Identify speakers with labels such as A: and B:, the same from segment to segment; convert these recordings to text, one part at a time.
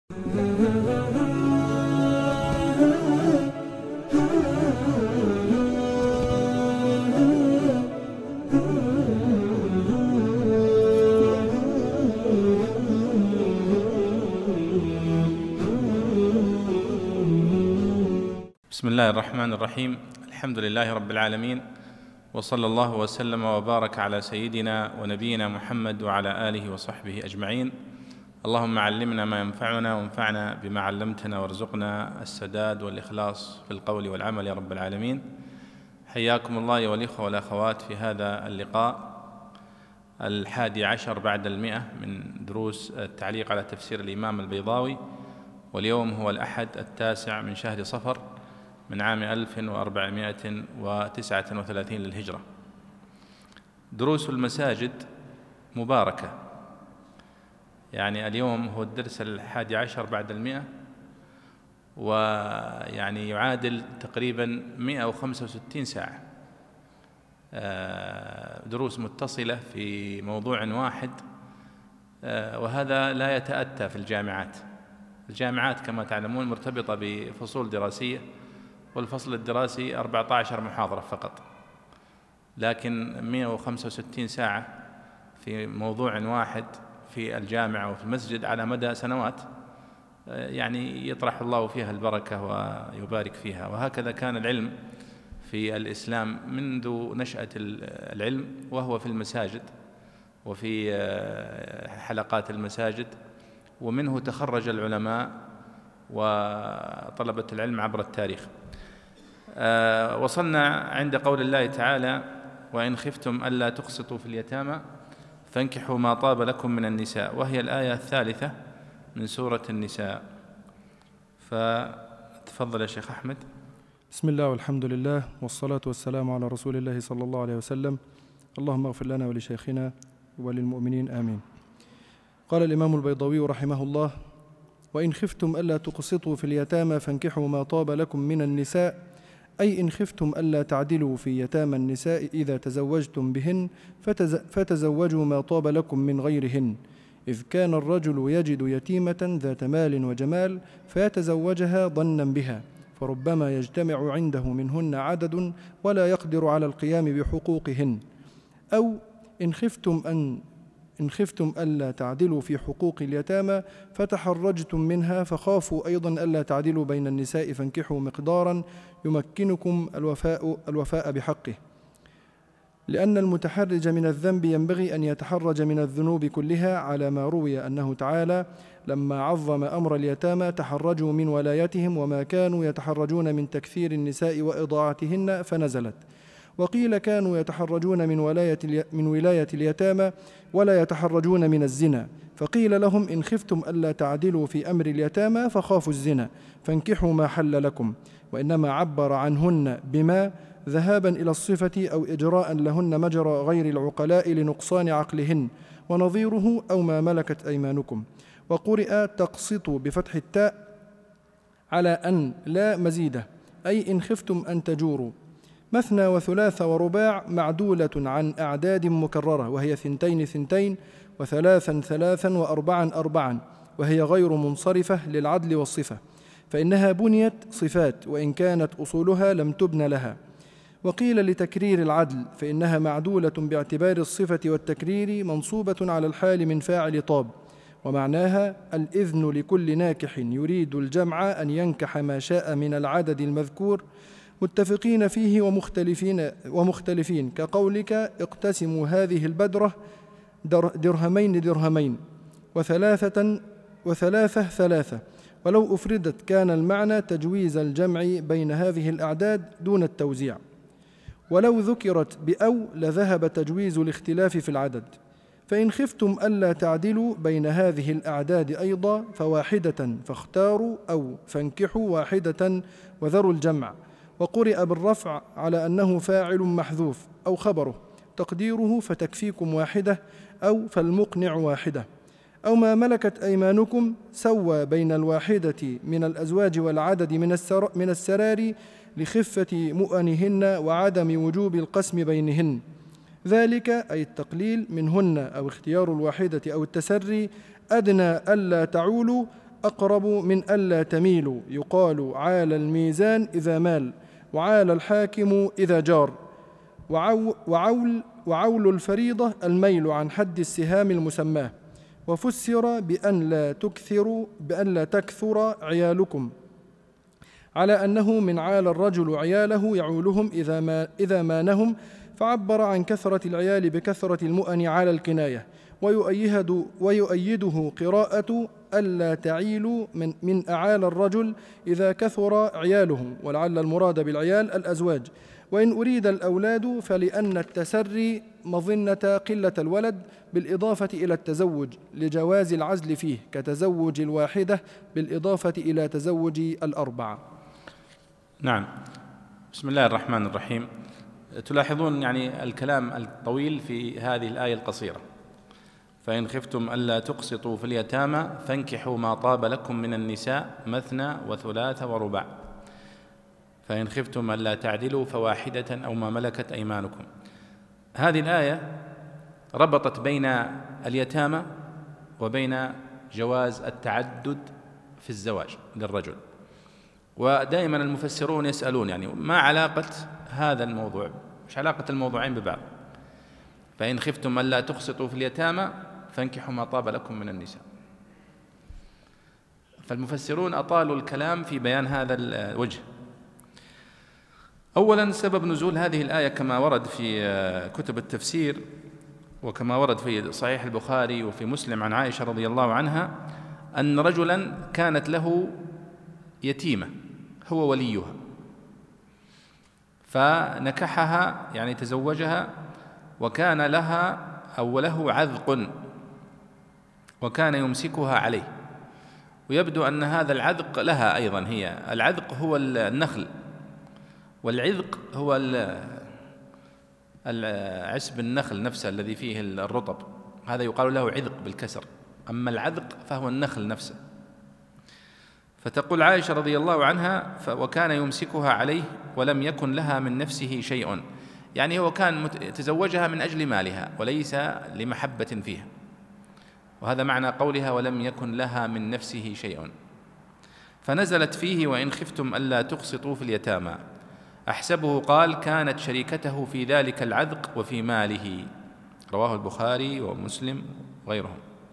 A: بسم الله الرحمن الرحيم. الحمد لله رب العالمين، وصلى الله وسلم وبارك على سيدنا ونبينا محمد وعلى آله وصحبه أجمعين. اللهم علمنا ما ينفعنا وانفعنا بما علمتنا وارزقنا السداد والإخلاص في القول والعمل يا رب العالمين. حياكم الله أيها الإخوة والأخوات في هذا اللقاء 11 بعد 100 من دروس التعليق على تفسير الإمام البيضاوي، واليوم هو الأحد 9 من شهر صفر من عام 1439 للهجرة. دروس المساجد مباركة، يعني اليوم هو الدرس 11 بعد 100، ويعني يعادل تقريبا 165 ساعة دروس متصلة في موضوع واحد، وهذا لا يتأتى في الجامعات. الجامعات كما تعلمون مرتبطة بفصول دراسية، والفصل الدراسي 14 محاضرة فقط، لكن 165 ساعة في موضوع واحد في الجامعة وفي المسجد على مدى سنوات، يعني يطرح الله فيها البركة ويبارك فيها. وهكذا كان العلم في الإسلام منذ نشأة العلم، وهو في المساجد وفي حلقات المساجد، ومنه تخرج العلماء وطلبة العلم عبر التاريخ. وصلنا عند قول الله تعالى: وإن خفتم ألا تقسطوا في اليتامى فانكحوا ما طاب لكم من النساء، وهي الآية 3 من سورة النساء. فتفضل يا شيخ أحمد.
B: بسم الله والحمد لله والصلاة والسلام على رسول الله صلى الله عليه وسلم. اللهم اغفر لنا ولشيخنا وللمؤمنين آمين. قال الإمام البيضاوي رحمه الله: وإن خفتم ألا تقسطوا في اليتامى فانكحوا ما طاب لكم من النساء، أي إن خفتم ألا تعدلوا في يتامى النساء إذا تزوجتم بهن فتزوجوا ما طاب لكم من غيرهن، إذ كان الرجل يجد يتيمة ذات مال وجمال فيتزوجها ظنا بها، فربما يجتمع عنده منهن عدد ولا يقدر على القيام بحقوقهن. أو إن خفتم ألا تعدلوا في حقوق اليتامى فتحرجتم منها فخافوا أيضا ألا تعدلوا بين النساء فانكحوا مقدارا يمكنكم الوفاء بحقه، لأن المتحرج من الذنب ينبغي أن يتحرج من الذنوب كلها، على ما روي أنه تعالى لما عظم أمر اليتامى تحرجوا من ولايتهم وما كانوا يتحرجون من تكثير النساء وإضاعتهن فنزلت. وقيل كانوا يتحرجون من ولاية اليتامى ولا يتحرجون من الزنا، فقيل لهم إن خفتم ألا تعدلوا في أمر اليتامى فخافوا الزنا فانكحوا ما حل لكم، وإنما عبر عنهن بما ذهابا إلى الصفة أو إجراء لهن مجرى غير العقلاء لنقصان عقلهن، ونظيره أو ما ملكت أيمانكم. وقرئ تقسطوا بفتح التاء على أن لا مزيدة، أي إن خفتم أن تجوروا. مثنى وثلاث ورباع معدولة عن أعداد مكررة، وهي 2 2 وثلاثا 3 وأربعا 4، وهي غير منصرفة للعدل والصفة، فإنها بنيت صفات وإن كانت أصولها لم تبن لها. وقيل لتكرير العدل، فإنها معدولة باعتبار الصفة والتكرير منصوبة على الحال من فاعل طاب، ومعناها الإذن لكل ناكح يريد الجمع أن ينكح ما شاء من العدد المذكور، متفقين فيه ومختلفين، كقولك اقتسموا هذه البدرة درهمين وثلاثة 3، ولو أفردت كان المعنى تجويز الجمع بين هذه الأعداد دون التوزيع، ولو ذكرت بأو لذهب تجويز الاختلاف في العدد. فإن خفتم ألا تعدلوا بين هذه الأعداد أيضا فواحدة فاختاروا، أو فانكحوا واحدة وذروا الجمع. وقرئ بالرفع على أنه فاعل محذوف أو خبره، تقديره فتكفيكم واحدة أو فالمقنع واحدة. أو ما ملكت أيمانكم سوى بين الواحدة من الأزواج والعدد من السرار لخفة مؤنهن وعدم وجوب القسم بينهن، ذلك أي التقليل منهن أو اختيار الواحدة أو التسري أدنى ألا تعولوا أقرب من ألا تميلوا. يقال عال الميزان إذا مال، وعال الحاكم إذا جار. وعول الفريضة الميل عن حد السهام المسماه. وفسر بأن لا تكثر عيالكم، على أنه من عال الرجل عياله يعولهم إذا مانهم، فعبر عن كثرة العيال بكثرة المؤن على الكناية. ويؤيده قراءة ألا تعيلوا من أعال الرجل إذا كثر عياله، ولعل المراد بالعيال الأزواج. وإن أريد الأولاد فلأن التسري مظنة قلة الولد، بالإضافة إلى التزوج، لجواز العزل فيه، كتزوج الواحدة بالإضافة إلى تزوج الأربعة.
A: نعم. بسم الله الرحمن الرحيم. تلاحظون يعني الكلام الطويل في هذه الآية القصيرة: فإن خفتم ألا تقسطوا في اليتامى فانكحوا ما طاب لكم من النساء مثنى وثلاث ورباع، فإن خفتم ألا تعدلوا فواحدة أو ما ملكت أيمانكم. هذه الآية ربطت بين اليتامى وبين جواز التعدد في الزواج للرجل. ودائما المفسرون يسألون يعني ما علاقة هذا الموضوع، مش علاقة الموضوعين ببعض؟ فإن خفتم ألا تقسطوا في اليتامى فانكحوا ما طاب لكم من النساء. فالمفسرون أطالوا الكلام في بيان هذا الوجه. أولا، سبب نزول هذه الآية كما ورد في كتب التفسير وكما ورد في صحيح البخاري وفي مسلم عن عائشة رضي الله عنها أن رجلا كانت له يتيمة هو وليها، فنكحها يعني تزوجها، وكان لها أو له عذق وكان يمسكها عليه. ويبدو أن هذا العذق لها أيضا هي. العذق هو النخل، والعذق هو عسب النخل نفسه الذي فيه الرطب، هذا يقال له عذق بالكسر. أما العذق فهو النخل نفسه. فتقول عائشة رضي الله عنها: وكان يمسكها عليه ولم يكن لها من نفسه شيء، يعني هو كان تزوجها من أجل مالها وليس لمحبة فيها، وهذا معنى قولها ولم يكن لها من نفسه شيء. فنزلت فيه: وإن خفتم ألا تقسطوا في اليتامى. أحسبه قال كانت شريكته في ذلك العذق وفي ماله، رواه البخاري ومسلم وغيرهم.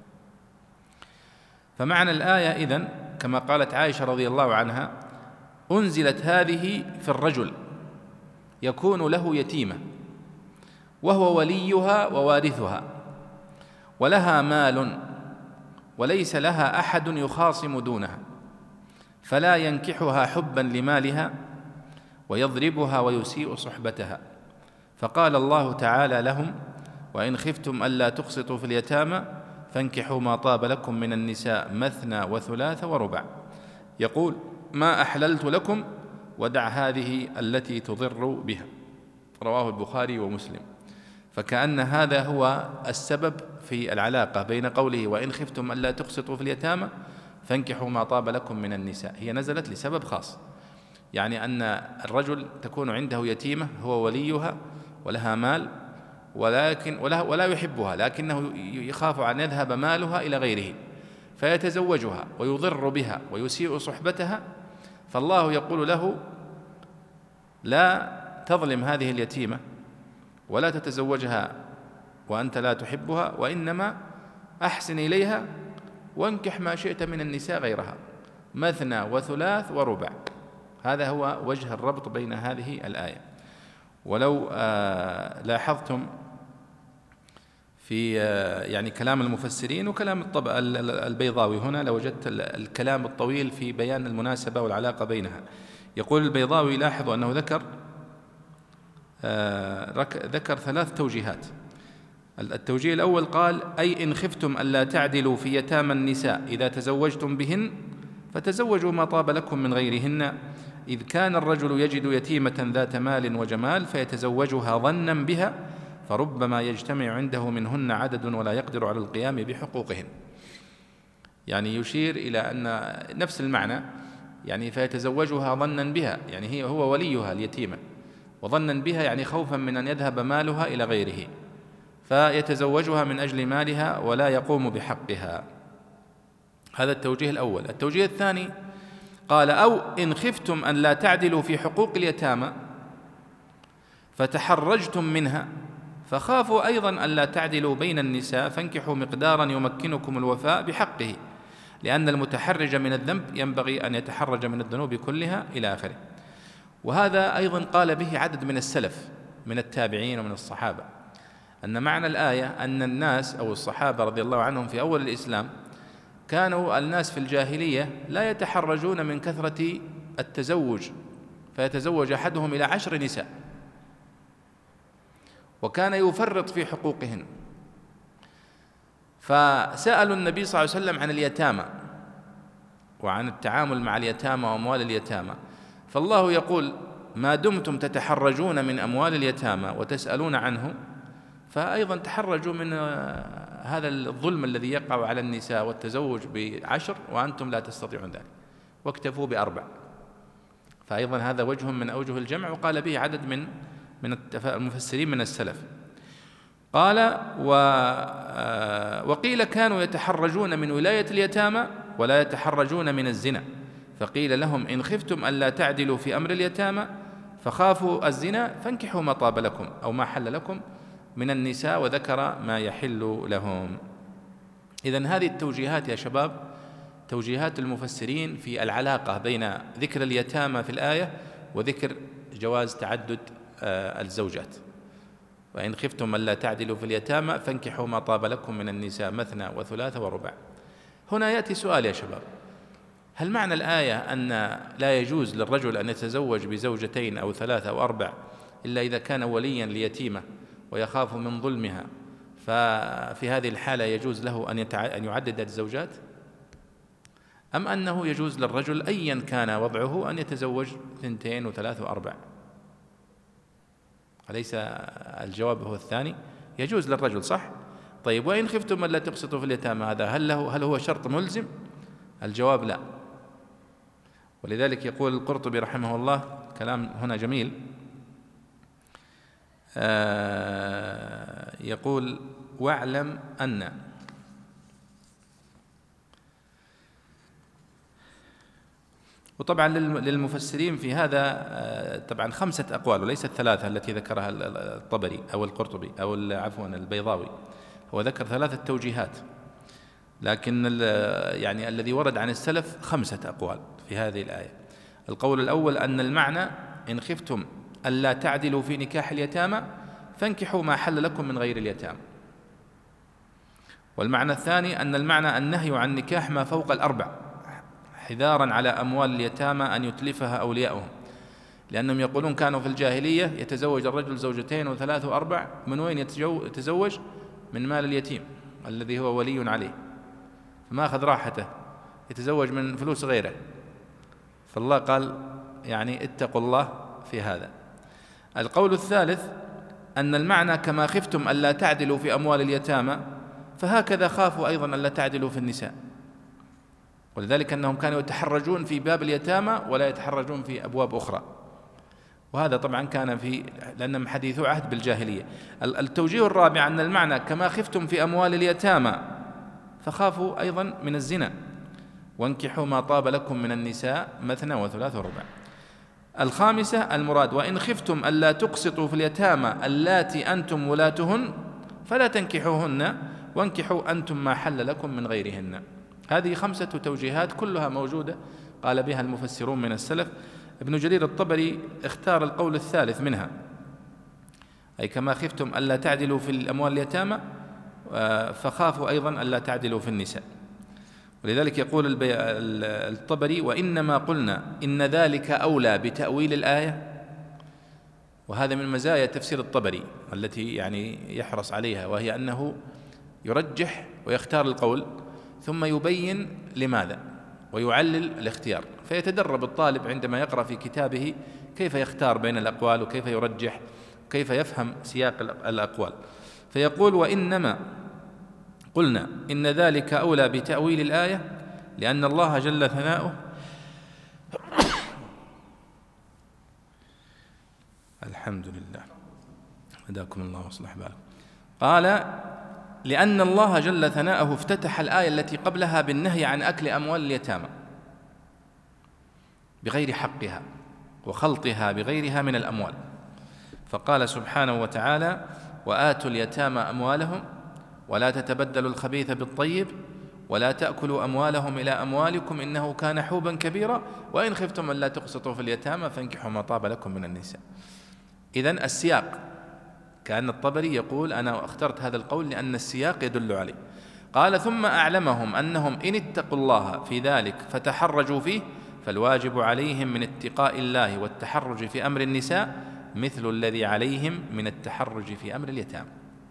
A: فمعنى الآية إذن كما قالت عائشة رضي الله عنها: أنزلت هذه في الرجل يكون له يتيمة وهو وليها ووارثها ولها مال وليس لها أحد يخاصم دونها، فلا ينكحها حبا لمالها ويضربها ويسيء صحبتها. فقال الله تعالى لهم: وإن خفتم ألا تقسطوا في اليتامى فانكحوا ما طاب لكم من النساء مثنى وثلاث ورباع. يقول: ما أحللت لكم ودع هذه التي تضر بها، رواه البخاري ومسلم. فكأن هذا هو السبب في العلاقة بين قوله وإن خفتم ألا تقسطوا في اليتامى فانكحوا ما طاب لكم من النساء. هي نزلت لسبب خاص، يعني أن الرجل تكون عنده يتيمة هو وليها ولها مال ولا يحبها، لكنه يخاف أن يذهب مالها إلى غيره فيتزوجها ويضر بها ويسيء صحبتها. فالله يقول له: لا تظلم هذه اليتيمة ولا تتزوجها وأنت لا تحبها، وإنما أحسن إليها وانكح ما شئت من النساء غيرها مثنى وثلاث ورباع. هذا هو وجه الربط بين هذه الآية. ولو لاحظتم في يعني كلام المفسرين وكلام البيضاوي هنا لوجدت الكلام الطويل في بيان المناسبة والعلاقة بينها. يقول البيضاوي: لاحظوا أنه ذكر ثلاث توجيهات. التوجيه الأول قال: أي إن خفتم ألا تعدلوا في يتامى النساء إذا تزوجتم بهن فتزوجوا ما طاب لكم من غيرهن، إذ كان الرجل يجد يتيمة ذات مال وجمال فيتزوجها ظنا بها، فربما يجتمع عنده منهن عدد ولا يقدر على القيام بحقوقهن. يعني يشير إلى أن نفس المعنى، يعني فيتزوجها ظنا بها، يعني هو وليها اليتيمة، وظنا بها يعني خوفا من أن يذهب مالها إلى غيره، فيتزوجها من أجل مالها ولا يقوم بحقها. هذا التوجيه الأول. التوجيه الثاني قال: أو إن خفتم أن لا تعدلوا في حقوق اليتامى فتحرجتم منها فخافوا أيضا أن لا تعدلوا بين النساء فانكحوا مقدارا يمكنكم الوفاء بحقه، لأن المتحرج من الذنب ينبغي أن يتحرج من الذنوب كلها إلى آخره. وهذا أيضا قال به عدد من السلف من التابعين ومن الصحابة، أن معنى الآية أن الناس أو الصحابة رضي الله عنهم في أول الإسلام كانوا الناس في الجاهلية لا يتحرجون من كثرة التزوج، فيتزوج أحدهم إلى 10 نساء، وكان يفرط في حقوقهن. فسألوا النبي صلى الله عليه وسلم عن اليتامى وعن التعامل مع اليتامى وأموال اليتامى، فالله يقول: ما دمتم تتحرجون من أموال اليتامى وتسألون عنه، فأيضا تحرجوا من هذا الظلم الذي يقع على النساء والتزوج ب10 وأنتم لا تستطيعون ذلك، واكتفوا ب4. فأيضا هذا وجه من أوجه الجمع، وقال به عدد من المفسرين من السلف. قال: وقيل كانوا يتحرجون من ولاية اليتامى ولا يتحرجون من الزنا، فقيل لهم: إن خفتم ألا تعدلوا في أمر اليتامى فخافوا الزنا فانكحوا ما طاب لكم أو ما حل لكم من النساء، وذكر ما يحل لهم. إذن هذه التوجيهات يا شباب توجيهات المفسرين في العلاقة بين ذكر اليتامى في الآية وذكر جواز تعدد الزوجات. وإن خفتم ألا تعدلوا في اليتامى فانكحوا ما طاب لكم من النساء مثنى وثلاث ورباع. هنا يأتي سؤال يا شباب: هل معنى الآية أن لا يجوز للرجل أن يتزوج بزوجتين أو 3 أو 4 إلا إذا كان وليا ليتيمة ويخاف من ظلمها، ففي هذه الحالة يجوز له أن يعدد الزوجات؟ أم أنه يجوز للرجل أيا كان وضعه أن يتزوج 2 و3 و4؟ أليس الجواب هو الثاني؟ يجوز للرجل، صح؟ طيب، وإن خفتم ألا تقسطوا في اليتامى، هذا هل هو شرط ملزم؟ الجواب لا. ولذلك يقول القرطبي رحمه الله كلام هنا جميل، يقول: واعلم أن وطبعا للمفسرين في هذا طبعا 5 أقوال وليست 3 التي ذكرها الطبري أو القرطبي أو عفوا البيضاوي، هو ذكر 3 توجيهات، لكن يعني الذي ورد عن السلف 5 أقوال في هذه الآية. القول الأول أن المعنى: إن خفتم ألا تعدلوا في نكاح اليتامى فانكحوا ما حل لكم من غير اليتامى. والمعنى الثاني أن المعنى النهي عن نكاح ما فوق 4 حذارا على أموال اليتامى أن يتلفها أولياؤهم، لأنهم يقولون كانوا في الجاهلية يتزوج الرجل 2 و3 و4، من وين يتزوج؟ من مال اليتيم الذي هو ولي عليه، فما أخذ راحته، يتزوج من فلوس غيره. فالله قال يعني اتقوا الله في هذا. القول الثالث أن المعنى: كما خفتم ألا تعدلوا في أموال اليتامى فهكذا خافوا أيضا ألا تعدلوا في النساء، ولذلك أنهم كانوا يتحرجون في باب اليتامى ولا يتحرجون في أبواب أخرى، وهذا طبعا كان لأنهم حديثو عهد بالجاهلية. التوجيه الرابع أن المعنى: كما خفتم في أموال اليتامى فخافوا أيضا من الزنا، وانكحوا ما طاب لكم من النساء مثنى وثلاث ورباع. الخامسة المراد: وإن خفتم ألا تقسطوا في اليتامى اللاتي أنتم ولاتهن فلا تنكحوهن وانكحوا أنتم ما حل لكم من غيرهن. هذه 5 توجيهات كلها موجودة قال بها المفسرون من السلف. ابن جرير الطبري اختار القول الثالث منها، أي كما خفتم ألا تعدلوا في الأموال اليتامى فخافوا أيضا ألا تعدلوا في النساء. ولذلك يقول الطبري: وإنما قلنا إن ذلك أولى بتأويل الآية. وهذا من مزايا تفسير الطبري التي يعني يحرص عليها، وهي أنه يرجح ويختار القول ثم يبين لماذا ويعلل الاختيار، فيتدرب الطالب عندما يقرأ في كتابه كيف يختار بين الأقوال وكيف يرجح كيف يفهم سياق الأقوال. فيقول: وإنما قلنا إن ذلك أولى بتأويل الآية لأن الله جل ثناؤه الحمد لله هداكم الله واصلح بالكم. قال: لأن الله جل ثناؤه افتتح الآية التي قبلها بالنهي عن أكل أموال اليتامى بغير حقها وخلطها بغيرها من الأموال، فقال سبحانه وتعالى: وآتوا اليتامى أموالهم ولا تتبدلوا الخبيث بالطيب ولا تأكلوا أموالهم إلى أموالكم إنه كان حوبا كبيرا وإن خفتم ألا تقسطوا في اليتامى فانكحوا ما طاب لكم من النساء. إذن السياق، كأن الطبري يقول: أنا اخترت هذا القول لأن السياق يدل عليه. قال: ثم أعلمهم أنهم إن اتقوا الله في ذلك فتحرجوا فيه فالواجب عليهم من اتقاء الله والتحرج في أمر النساء مثل الذي عليهم من التحرج في أمر اليتامى.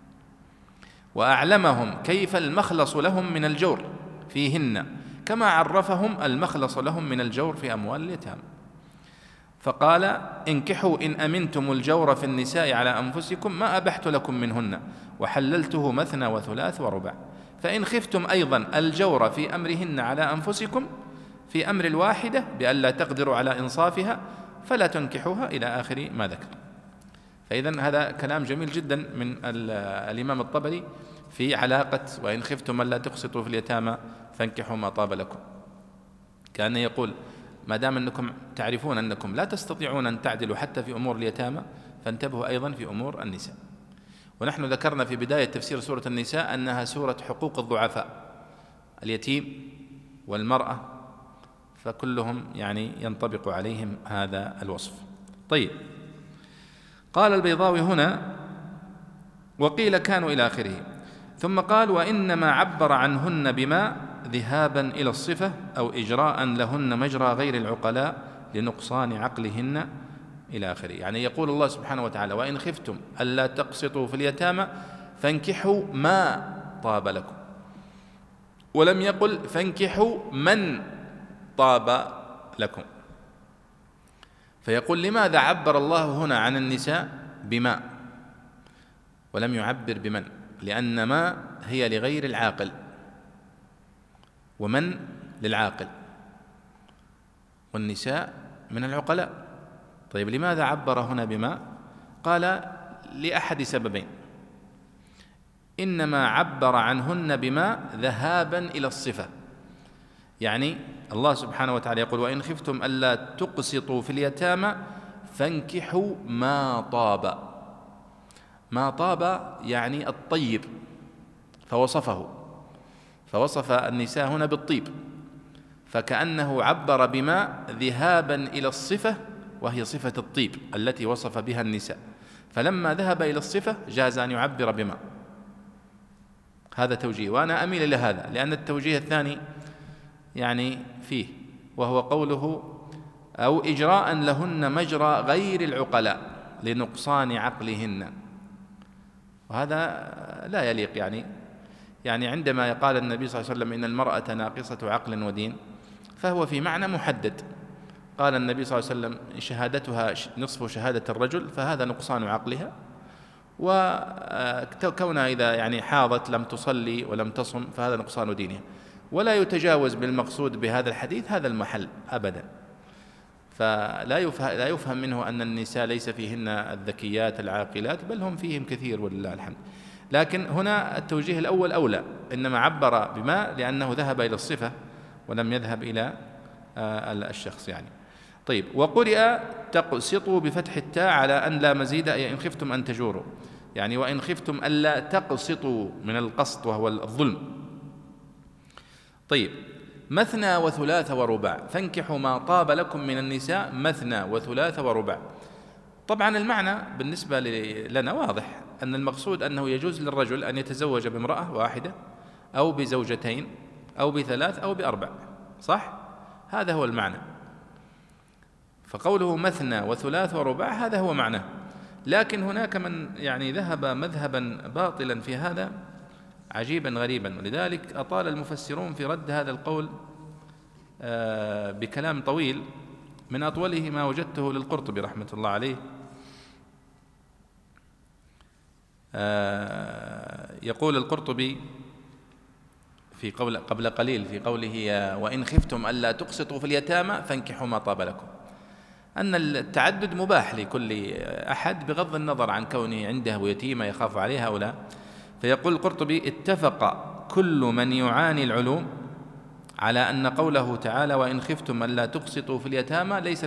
A: وأعلمهم كيف المخلص لهم من الجور فيهن كما عرفهم المخلص لهم من الجور في أموال اليتامى، فقال: انكحوا إن أمنتم الجور في النساء على أنفسكم ما أبحت لكم منهن وحللته مثنى وثلاث ورباع، فإن خفتم أيضا الجور في أمرهن على أنفسكم في أمر الواحدة بألا تقدروا على إنصافها فلا تنكحوها إلى آخر ما ذكر. فإذن هذا كلام جميل جدا من الإمام الطبري في علاقة وإن خفتم ألا تقسطوا في اليتامى فانكحوا ما طاب لكم، كأنه يقول: ما دام أنكم تعرفون أنكم لا تستطيعون أن تعدلوا حتى في أمور اليتامى فانتبهوا أيضا في أمور النساء. ونحن ذكرنا في بداية تفسير سورة النساء أنها سورة حقوق الضعفاء، اليتيم والمرأة، فكلهم يعني ينطبق عليهم هذا الوصف. طيب، قال البيضاوي هنا: وقيل كانوا إلى آخره، ثم قال: وإنما عبر عنهن بما ذهابا إلى الصفة أو إجراء لهن مجرى غير العقلاء لنقصان عقلهن إلى آخره. يعني يقول الله سبحانه وتعالى: وإن خفتم ألا تقسطوا في اليتامى فانكحوا ما طاب لكم، ولم يقل فانكحوا من طاب لكم. فيقول: لماذا عبر الله هنا عن النساء بما ولم يعبر بمن؟ لأن ما هي لغير العاقل ومن للعاقل والنساء من العقلاء. طيب، لماذا عبر هنا بما؟ قال: لأحد سببين: إنما عبر عنهن بما ذهابا إلى الصفة، يعني الله سبحانه وتعالى يقول: وإن خفتم ألا تقسطوا في اليتامى فانكحوا ما طاب. ما طاب يعني الطيب، فوصف النساء هنا بالطيب، فكأنه عبر بما ذهابا إلى الصفة وهي صفة الطيب التي وصف بها النساء، فلما ذهب إلى الصفة جاز أن يعبر بما. هذا توجيه، وأنا أميل إلى هذا، لأن التوجيه الثاني يعني فيه، وهو قوله: أو إجراء لهن مجرى غير العقلاء لنقصان عقلهن، وهذا لا يليق. يعني عندما قال النبي صلى الله عليه وسلم: إن المرأة ناقصة عقل ودين، فهو في معنى محدد. قال النبي صلى الله عليه وسلم: شهادتها نصف شهادة الرجل، فهذا نقصان عقلها، وكونها إذا يعني حاضت لم تصلي ولم تصم فهذا نقصان دينها، ولا يتجاوز بالمقصود بهذا الحديث هذا المحل أبدا. فلا يفهم منه أن النساء ليس فيهن الذكيات العاقلات، بل هم فيهم كثير ولله الحمد. لكن هنا التوجيه الأول أولى، إنما عبر بما لأنه ذهب إلى الصفة ولم يذهب إلى الشخص يعني. طيب، وقرئ تقسطوا بفتح التاء على أن لا مزيد، أي إن خفتم أن تجوروا، يعني وإن خفتم ألا تقسطوا من القسط وهو الظلم. طيب، مثنى وثلاث ورباع، فانكحوا ما طاب لكم من النساء مثنى وثلاث ورباع. طبعا المعنى بالنسبة لنا واضح، أن المقصود أنه يجوز للرجل أن يتزوج بامرأة واحدة أو بزوجتين أو بثلاث أو بأربع، صح؟ هذا هو المعنى. فقوله مثنى وثلاث ورباع هذا هو معناه. لكن هناك من يعني ذهب مذهبا باطلا في هذا عجيبا غريبا، ولذلك أطال المفسرون في رد هذا القول بكلام طويل، من أطوله ما وجدته للقرطبي رحمة الله عليه. يقول القرطبي في قبل قليل في قوله: وإن خفتم ألا تقسطوا في اليتامى فانكحوا ما طاب لكم، أن التعدد مباح لكل أحد بغض النظر عن كونه عنده يتيمة يخاف عليها أو لا. فيقول القرطبي: اتفق كل من يعاني العلوم على أن قوله تعالى: وإن خفتم ألا تقسطوا في اليتامى ليس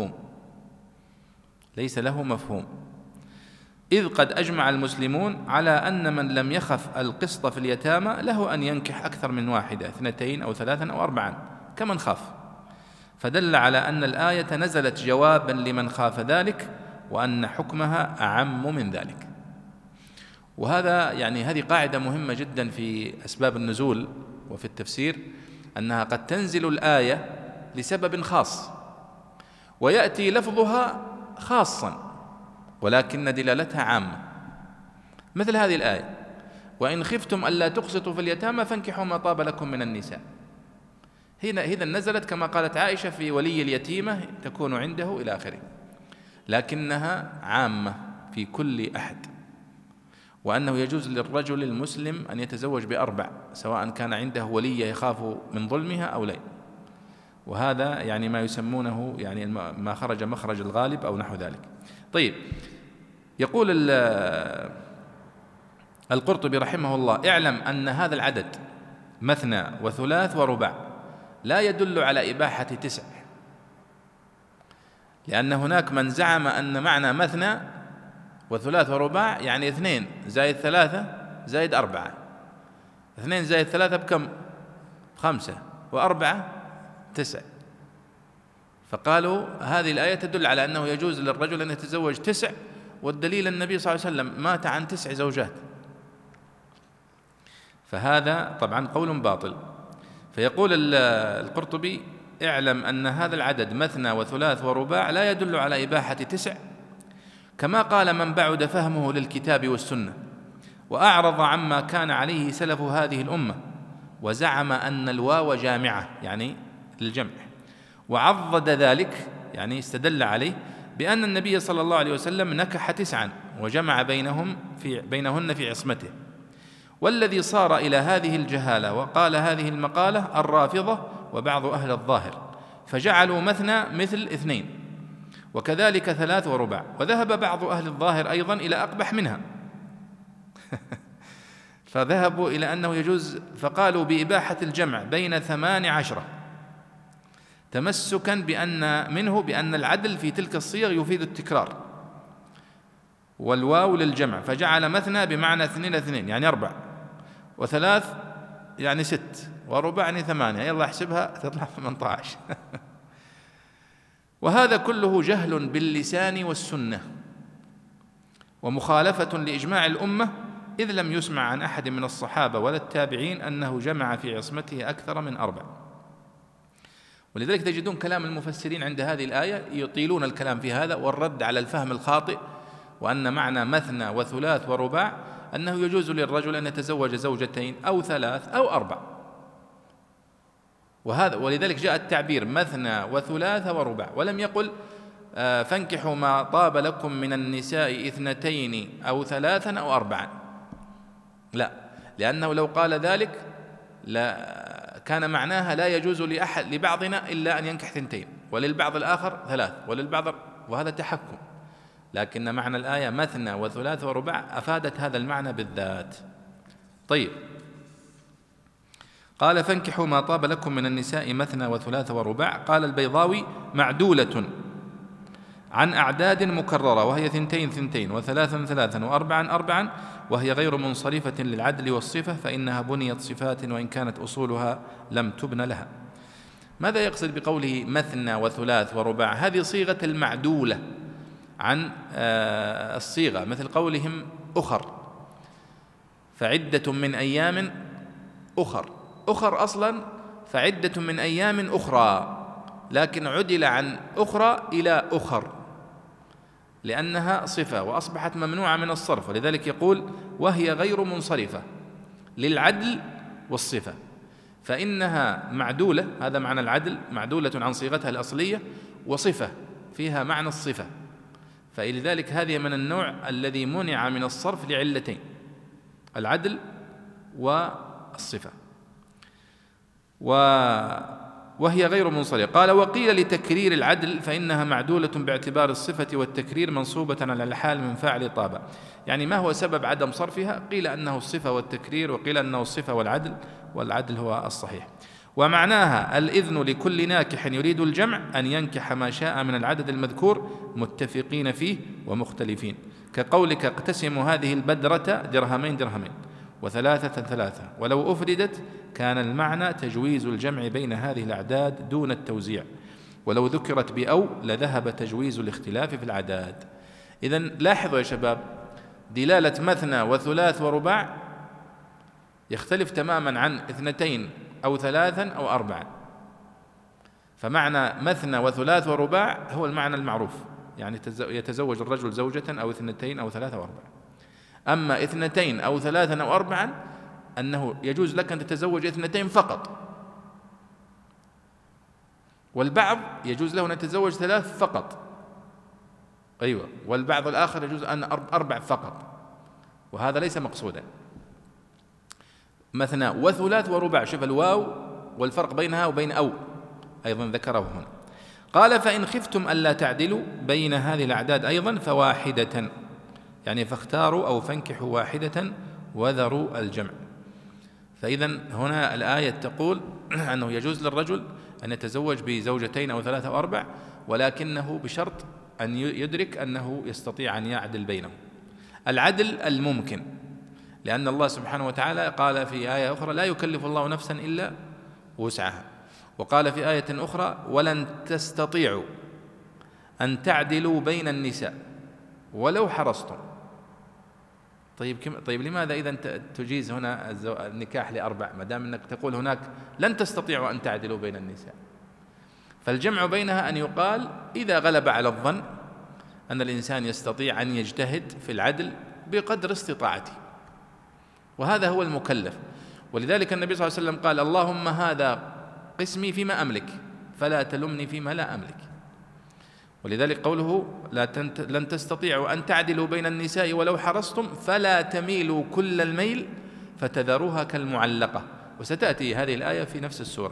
A: له مفهوم، إذ قد أجمع المسلمون على أن من لم يخف القسط في اليتامى له أن ينكح أكثر من واحدة، 2 أو 3 أو 4 كمن خاف، فدل على أن الآية نزلت جوابا لمن خاف ذلك، وأن حكمها أعم من ذلك. وهذا يعني هذه قاعدة مهمة جدا في أسباب النزول وفي التفسير، أنها قد تنزل الآية لسبب خاص ويأتي لفظها خاصا ولكن دلالتها عامة، مثل هذه الآية: وإن خفتم ألا تقسطوا في اليتامى فانكحوا ما طاب لكم من النساء. إذا نزلت كما قالت عائشة في ولي اليتيمة تكون عنده إلى آخره، لكنها عامة في كل أحد، وأنه يجوز للرجل المسلم أن يتزوج ب4 سواء كان عنده ولية يخاف من ظلمها أو لا، وهذا يعني ما يسمونه يعني ما خرج مخرج الغالب أو نحو ذلك. طيب، يقول القرطبي رحمه الله: اعلم أن هذا العدد 2 و3 ورباع لا يدل على إباحة 9، لأن هناك من زعم أن معنى 2 و3 ورباع يعني 2 زائد 3 زائد 4، 2 زائد 3 بكم؟ 5، و4 9. فقالوا هذه الآية تدل على أنه يجوز للرجل أن يتزوج 9، والدليل النبي صلى الله عليه وسلم مات عن 9 زوجات، فهذا طبعا قول باطل. فيقول القرطبي: اعلم أن هذا العدد 2 و3 ورباع لا يدل على إباحة 9، كما قال من بعد فهمه للكتاب والسنة وأعرض عما كان عليه سلف هذه الأمة، وزعم أن الواو جامعة يعني للجمع، وعضد ذلك يعني استدل عليه بأن النبي صلى الله عليه وسلم نكح 9 وجمع بينهن في عصمته. والذي صار إلى هذه الجهالة وقال هذه المقالة الرافضة وبعض أهل الظاهر، فجعلوا 2 مثل 2، وكذلك 3 ورباع، وذهب بعض أهل الظاهر أيضا إلى أقبح منها فذهبوا إلى أنه يجوز، فقالوا بإباحة الجمع بين 18 تمسكا بأن العدل في تلك الصيغ يفيد التكرار، والواو للجمع، فجعل 2 بمعنى 2 يعني 4، و3 يعني 6، ورباع يعني 8، يلا احسبها تطلع 18 وهذا كله جهل باللسان والسنة ومخالفة لإجماع الأمة، إذ لم يسمع عن أحد من الصحابة ولا التابعين أنه جمع في عصمته أكثر من 4. ولذلك تجدون كلام المفسرين عند هذه الآية يطيلون الكلام في هذا والرد على الفهم الخاطئ، وأن معنى 2 و3 ورباع أنه يجوز للرجل أن يتزوج 2 أو 3 أو 4، ولذلك جاء التعبير 2 و3 ورباع، ولم يقل فانكحوا ما طاب لكم من النساء 2 أو 3 أو 4، لا، لأنه لو قال ذلك كان معناها لا يجوز لبعضنا إلا أن ينكح 2، وللبعض الآخر 3، وللبعض، وهذا تحكم. لكن معنى الآية 2 و3 ورباع أفادت هذا المعنى بالذات. طيب، قال فانكحوا ما طاب لكم من النساء 2 و3 ورباع. قال البيضاوي: معدولة عن أعداد مكررة، وهي 2 2 و3 3 و4 4، وهي غير منصرفة للعدل والصفة، فإنها بنيت صفات وإن كانت أصولها لم تبن لها. ماذا يقصد بقوله 2 و3 ورباع؟ هذه صيغة المعدولة عن الصيغة، مثل قولهم أخر، فعدة من أيام أخر أصلا فعدة من أيام أخرى، لكن عدل عن أخرى إلى أخر لأنها صفة وأصبحت ممنوعة من الصرف، ولذلك يقول وهي غير منصرفة للعدل والصفة، فإنها معدولة، هذا معنى العدل، معدولة عن صيغتها الأصلية، وصفة فيها معنى الصفة، فلذلك هذه من النوع الذي منع من الصرف لعلتين: العدل والصفة. وهي غير منصرفة. قال وقيل لتكرير العدل فإنها معدولة باعتبار الصفة والتكرير منصوبة على الحال من فاعل طاب. يعني ما هو سبب عدم صرفها؟ قيل أنه الصفة والتكرير، وقيل أنه الصفة والعدل، والعدل هو الصحيح. ومعناها الإذن لكل ناكح يريد الجمع أن ينكح ما شاء من العدد المذكور متفقين فيه ومختلفين، كقولك اقتسموا هذه البدرة درهمين درهمين وثلاثة ثلاثة، ولو أفردت كان المعنى تجويز الجمع بين هذه الأعداد دون التوزيع، ولو ذكرت بأو لذهب تجويز الاختلاف في الأعداد. إذن لاحظوا يا شباب، دلالة مثنى وثلاث ورباع يختلف تماما عن اثنتين أو ثلاثا أو أربعا. فمعنى مثنى وثلاث ورباع هو المعنى المعروف، يعني يتزوج الرجل زوجة أو اثنتين أو ثلاثة أو أربعة. أما اثنتين أو ثلاثا أو أربعا أنه يجوز لك أن تتزوج اثنتين فقط، والبعض يجوز له أن يتزوج ثلاث فقط، أيوة، والبعض الآخر يجوز أن أربع فقط، وهذا ليس مقصودا. مثنى وثلاث ورباع، شوف الواو والفرق بينها وبين أو أيضا ذكره هنا. قال فإن خفتم ألا تعدلوا بين هذه الأعداد أيضا فواحدة، يعني فاختاروا أو فانكحوا واحدة وذروا الجمع. فإذا هنا الآية تقول أنه يجوز للرجل أن يتزوج بزوجتين أو ثلاثة أو أربع، ولكنه بشرط أن يدرك أنه يستطيع أن يعدل بينهم. العدل الممكن، لأن الله سبحانه وتعالى قال في آية أخرى لا يكلف الله نفسا إلا وسعها، وقال في آية أخرى ولن تستطيعوا أن تعدلوا بين النساء ولو حرصتم. طيب لماذا إذا تجيز هنا النكاح لأربع ما دام أنك تقول هناك لن تستطيعوا أن تعدلوا بين النساء؟ فالجمع بينها أن يقال إذا غلب على الظن أن الإنسان يستطيع أن يجتهد في العدل بقدر استطاعته، وهذا هو المكلف. ولذلك النبي صلى الله عليه وسلم قال اللهم هذا قسمي فيما أملك فلا تلمني فيما لا أملك. ولذلك قوله لن تستطيعوا أن تعدلوا بين النساء ولو حرصتم فلا تميلوا كل الميل فتذروها كالمعلقة، وستأتي هذه الآية في نفس السورة.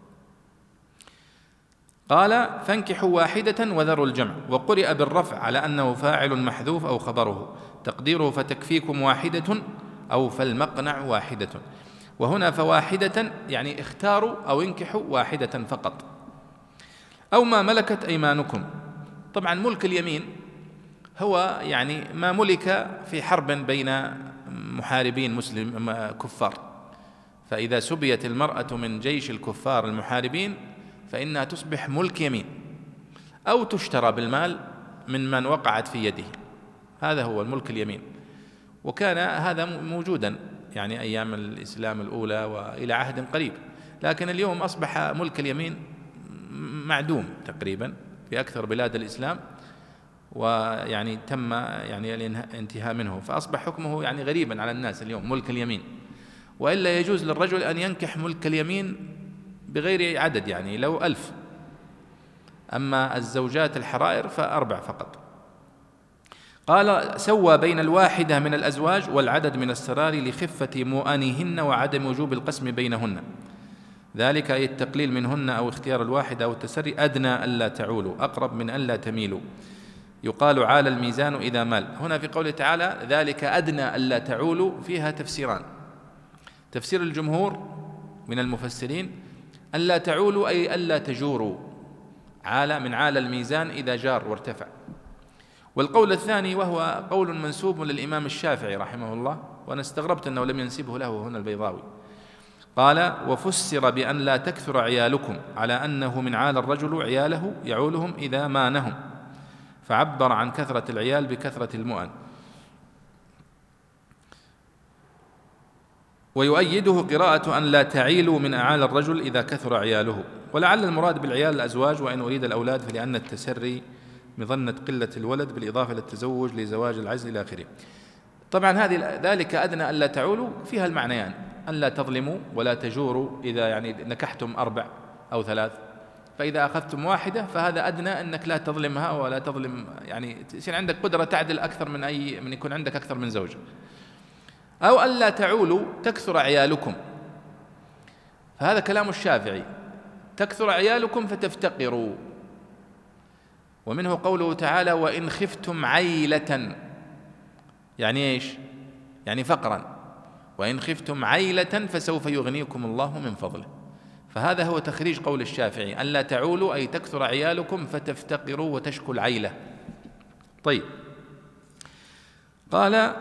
A: قال فانكحوا واحدة وذروا الجمع، وقرئ بالرفع على أنه فاعل محذوف أو خبره، تقديره فتكفيكم واحدة أو فالمقنع واحدة. وهنا فواحدة يعني اختاروا أو انكحوا واحدة فقط، أو ما ملكت أيمانكم. طبعا ملك اليمين هو يعني ما ملك في حرب بين محاربين مسلم كفار، فإذا سبيت المرأة من جيش الكفار المحاربين فإنها تصبح ملك يمين، أو تشترى بالمال من وقعت في يده، هذا هو الملك اليمين. وكان هذا موجودا يعني أيام الإسلام الأولى وإلى عهد قريب، لكن اليوم أصبح ملك اليمين معدوم تقريبا في أكثر بلاد الإسلام، ويعني تم يعني الانتهاء منه، فأصبح حكمه يعني غريبا على الناس اليوم ملك اليمين. وإلا يجوز للرجل أن ينكح ملك اليمين بغير عدد، يعني لو 1000، أما الزوجات الحرائر ف4 فقط. قال سوى بين الواحدة من الأزواج والعدد من السرار لخفة مؤانهن وعدم وجوب القسم بينهن، ذلك أي التقليل منهن أو اختيار الواحدة أو التسري أدنى ألا تعولوا أقرب من ألا تميلوا. يقال عال الميزان إذا مال. هنا في قوله تعالى ذلك أدنى ألا تعولوا فيها تفسيران. تفسير الجمهور من المفسرين ألا تعولوا أي ألا تجوروا، عال من عال الميزان إذا جار وارتفع. والقول الثاني وهو قول منسوب للإمام الشافعي رحمه الله، وأنا استغربت أنه لم ينسبه له هنا البيضاوي. قال وفسر بأن لا تكثر عيالكم على أنه من عال الرجل عياله يعولهم إذا مانهم، فعبر عن كثرة العيال بكثرة المؤن. ويؤيده قراءة أن لا تعيلوا من أعال الرجل إذا كثر عياله. ولعل المراد بالعيال الأزواج، وإن أريد الأولاد فلأن التسري مظنة قلة الولد بالإضافة للتزوج لزواج العجز إلى آخره. طبعا ذلك أدنى ألا تعولوا فيها المعنيان، أن لا تظلموا ولا تجوروا إذا يعني نكحتم 4 أو 3، فإذا أخذتم واحدة فهذا أدنى أنك لا تظلمها ولا تظلم، يعني يصير عندك قدرة تعدل أكثر من يكون عندك أكثر من زوجة. أو ألا تعولوا تكثر عيالكم، فهذا كلام الشافعي، تكثر عيالكم فتفتقروا. ومنه قوله تعالى وإن خفتم عيلة، يعني إيش؟ يعني فقرا. وإن خفتم عيلة فسوف يغنيكم الله من فضله. فهذا هو تخريج قول الشافعي أن لا تعولوا، أي تكثر عيالكم فتفتقروا وتشكوا العيلة. طيب، قال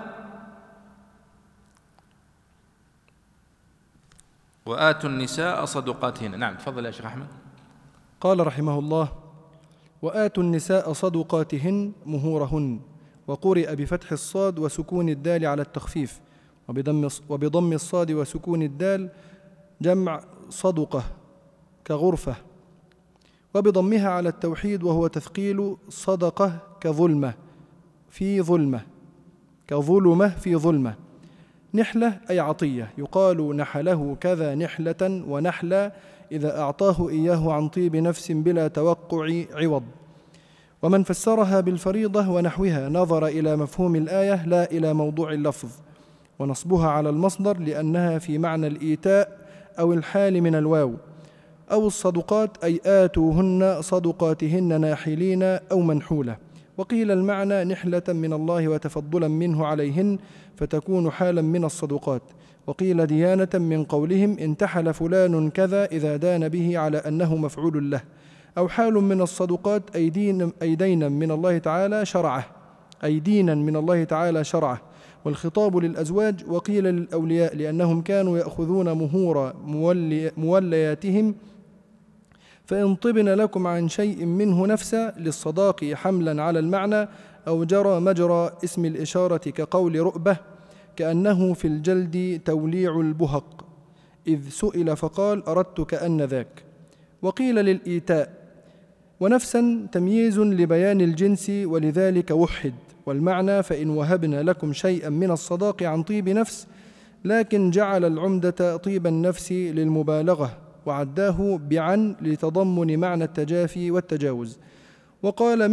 A: وآتوا النساء صدقاتهن. نعم، تفضل يا شيخ أحمد.
B: قال رحمه الله وآتوا النساء صدقاتهن مهورهن، وقرئ بفتح الصاد وسكون الدال على التخفيف، وبضم الصاد وسكون الدال جمع صدقة كغرفة، وبضمها على التوحيد وهو تثقيل صدقة كظلمة في ظلمة، كظلمة في ظلمة. نحلة أي عطية، يقال نحله كذا نحلة ونحلا إذا أعطاه إياه عن طيب نفس بلا توقع عوض. ومن فسرها بالفريضة ونحوها نظر إلى مفهوم الآية لا إلى موضوع اللفظ، ونصبها على المصدر لأنها في معنى الإيتاء أو الحال من الواو. أو الصدقات أي آتوهن صدقاتهن ناحلين أو منحولة. وقيل المعنى نحلة من الله وتفضلا منه عليهن فتكون حالا من الصدقات. وقيل ديانة من قولهم انتحل فلان كذا إذا دان به على أنه مفعول له. أو حال من الصدقات أي دينا من الله تعالى شرعه، أي دينا من الله تعالى شرعه. والخطاب للأزواج. وقيل للأولياء لأنهم كانوا يأخذون مهور مولياتهم، فإن طبن لكم عن شيء منه نفسا للصداق حملا على المعنى، أو جرى مجرى اسم الإشارة كقول رؤبة كأنه في الجلد توليع البهق، إذ سئل فقال أردت كأن ذاك. وقيل للإيتاء. ونفسا تمييز لبيان الجنس ولذلك وحد. والمعنى فإن وهبنا لكم شيئا من الصداق عن طيب نفس، لكن جعل العمدة طيب النفس للمبالغة وعداه بعن لتضمن معنى التجافي والتجاوز. وقال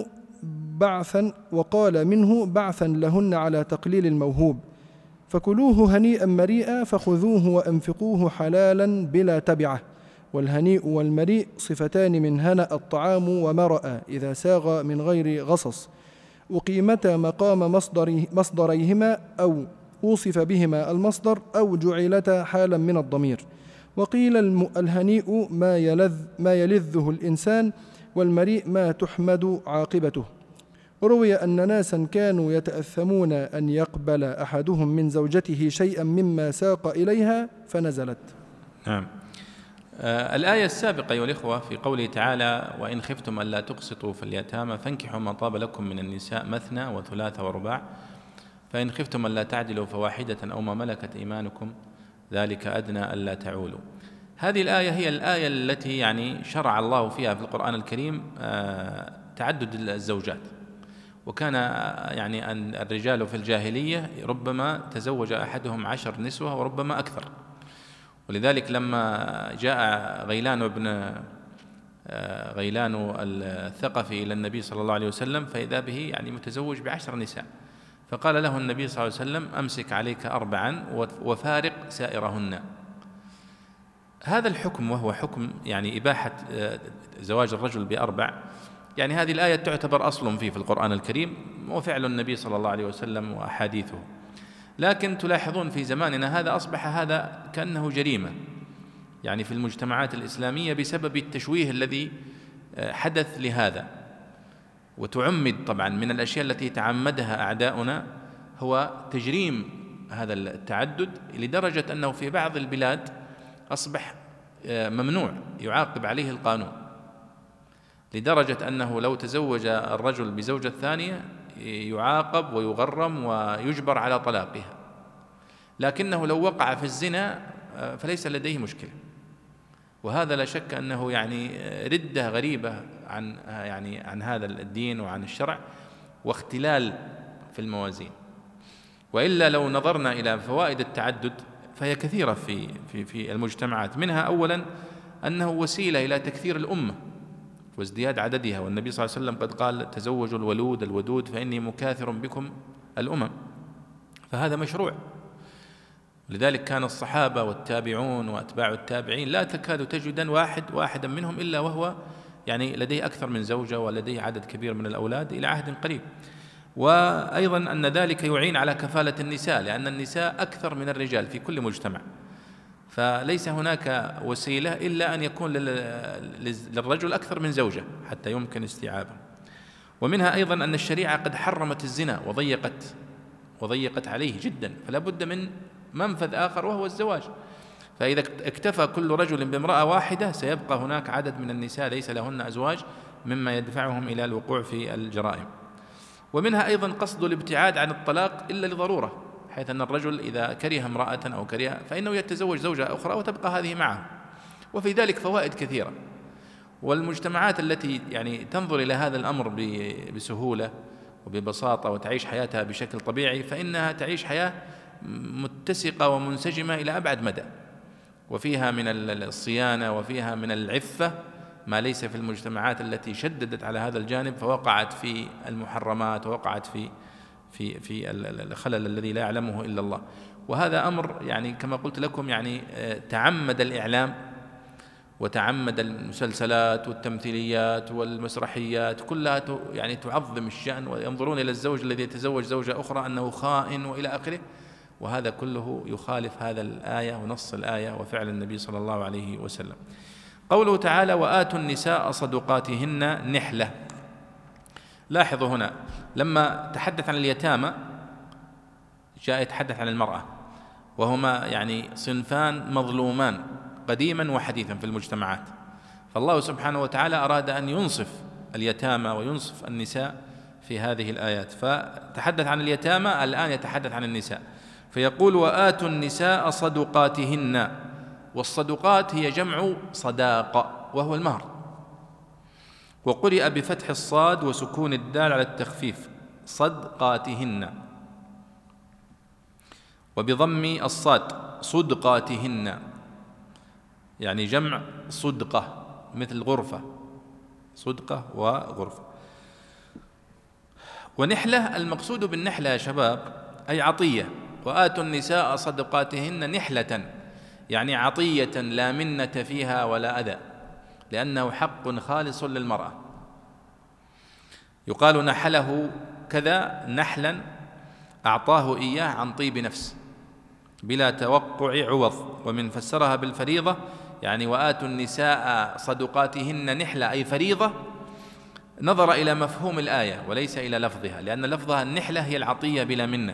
B: منه بعثا لهن على تقليل الموهوب، فكلوه هنيئا مريئا فخذوه وأنفقوه حلالا بلا تبعة. والهنيء والمريء صفتان من هنأ الطعام ومرأ إذا ساغ من غير غصص، أقيمتا مقام مصدريهما أو وصف بهما المصدر أو جعلتا حالا من الضمير. وقيل الهنيء ما يلذه الإنسان، والمريء ما تحمد عاقبته. روي أن ناسا كانوا يتأثمون أن يقبل أحدهم من زوجته شيئا مما ساق إليها فنزلت.
A: نعم. الآية السابقة أيها الإخوة في قوله تعالى وإن خفتم ألا تقسطوا في اليتامى فانكحوا ما طاب لكم من النساء مثنى وثلاث ورباع، فإن خفتم ألا تعدلوا فواحدة أو ما ملكت إيمانكم ذلك أدنى ألا تعولوا. هذه الآية هي الآية التي يعني شرع الله فيها في القرآن الكريم تعدد الزوجات. وكان يعني أن الرجال في الجاهلية ربما تزوج أحدهم 10 نسوة وربما أكثر. ولذلك لما جاء غيلان الثقفي إلى النبي صلى الله عليه وسلم فإذا به يعني متزوج ب10 نساء، فقال له النبي صلى الله عليه وسلم أمسك عليك 4 وفارق سائرهن. هذا الحكم وهو حكم يعني إباحة زواج الرجل ب4، يعني هذه الآية تعتبر أصل فيه في القرآن الكريم وفعل النبي صلى الله عليه وسلم وأحاديثه. لكن تلاحظون في زماننا هذا أصبح هذا كأنه جريمة يعني في المجتمعات الإسلامية بسبب التشويه الذي حدث لهذا. وتعمد طبعا من الأشياء التي تعمدها أعداؤنا هو تجريم هذا التعدد، لدرجة أنه في بعض البلاد أصبح ممنوع يعاقب عليه القانون، لدرجة أنه لو تزوج الرجل بزوجة ثانية يعاقب ويغرم ويجبر على طلاقها، لكنه لو وقع في الزنا فليس لديه مشكلة. وهذا لا شك أنه يعني ردة غريبة عن هذا الدين وعن الشرع واختلال في الموازين. وإلا لو نظرنا إلى فوائد التعدد فهي كثيرة في المجتمعات. منها أولا أنه وسيلة إلى تكثير الأمة وازدياد عددها، والنبي صلى الله عليه وسلم قد قال تزوجوا الولود الودود فإني مكاثر بكم الأمم، فهذا مشروع. لذلك كان الصحابة والتابعون وأتباع التابعين لا تكاد تجدا واحدا منهم إلا وهو يعني لديه أكثر من زوجة ولديه عدد كبير من الأولاد إلى عهد قريب. وأيضا أن ذلك يعين على كفالة النساء، لأن النساء أكثر من الرجال في كل مجتمع، فليس هناك وسيلة إلا أن يكون للرجل أكثر من زوجة حتى يمكن استيعابه. ومنها أيضا أن الشريعة قد حرمت الزنا وضيقت عليه جدا، فلا بد من منفذ آخر وهو الزواج. فإذا اكتفى كل رجل بامرأة واحدة سيبقى هناك عدد من النساء ليس لهن أزواج، مما يدفعهم إلى الوقوع في الجرائم. ومنها أيضا قصد الابتعاد عن الطلاق إلا لضرورة، حيث أن الرجل إذا كره امرأة أو كره فإنه يتزوج زوجة أخرى وتبقى هذه معه، وفي ذلك فوائد كثيرة. والمجتمعات التي يعني تنظر إلى هذا الأمر بسهولة وببساطة وتعيش حياتها بشكل طبيعي، فإنها تعيش حياة متسقة ومنسجمة إلى أبعد مدى، وفيها من الصيانة وفيها من العفة ما ليس في المجتمعات التي شددت على هذا الجانب فوقعت في المحرمات ووقعت في الخلل الذي لا يعلمه إلا الله. وهذا أمر يعني كما قلت لكم يعني تعمد الإعلام وتعمد المسلسلات والتمثيليات والمسرحيات كلها يعني تعظم الشأن، وينظرون إلى الزوج الذي يتزوج زوجة أخرى أنه خائن وإلى آخره، وهذا كله يخالف هذا الآية ونص الآية وفعل النبي صلى الله عليه وسلم. قوله تعالى وآتوا النساء صدقاتهن نحلة. لاحظوا هنا لما تحدث عن اليتامى جاء يتحدث عن المرأة، وهما يعني صنفان مظلومان قديما وحديثا في المجتمعات، فالله سبحانه وتعالى أراد أن ينصف اليتامى وينصف النساء في هذه الآيات، فتحدث عن اليتامى الآن يتحدث عن النساء، فيقول وآتوا النساء صدقاتهن. والصدقات هي جمع صداقة وهو المهر، وقرئ بفتح الصاد وسكون الدال على التخفيف صدقاتهن، وبضم الصاد صدقاتهن، يعني جمع صدقة مثل غرفة، صدقة وغرفة. ونحلة المقصود بالنحلة يا شباب أي عطية، وآتوا النساء صدقاتهن نحلة يعني عطية لا منة فيها ولا أذى، لأنه حق خالص للمرأة. يقال نحله كذا نحلا أعطاه إياه عن طيب نفس بلا توقع عوض. ومن فسرها بالفريضة يعني وآتوا النساء صدقاتهن نحلة أي فريضة، نظر إلى مفهوم الآية وليس إلى لفظها، لأن لفظها النحلة هي العطية بلا منة.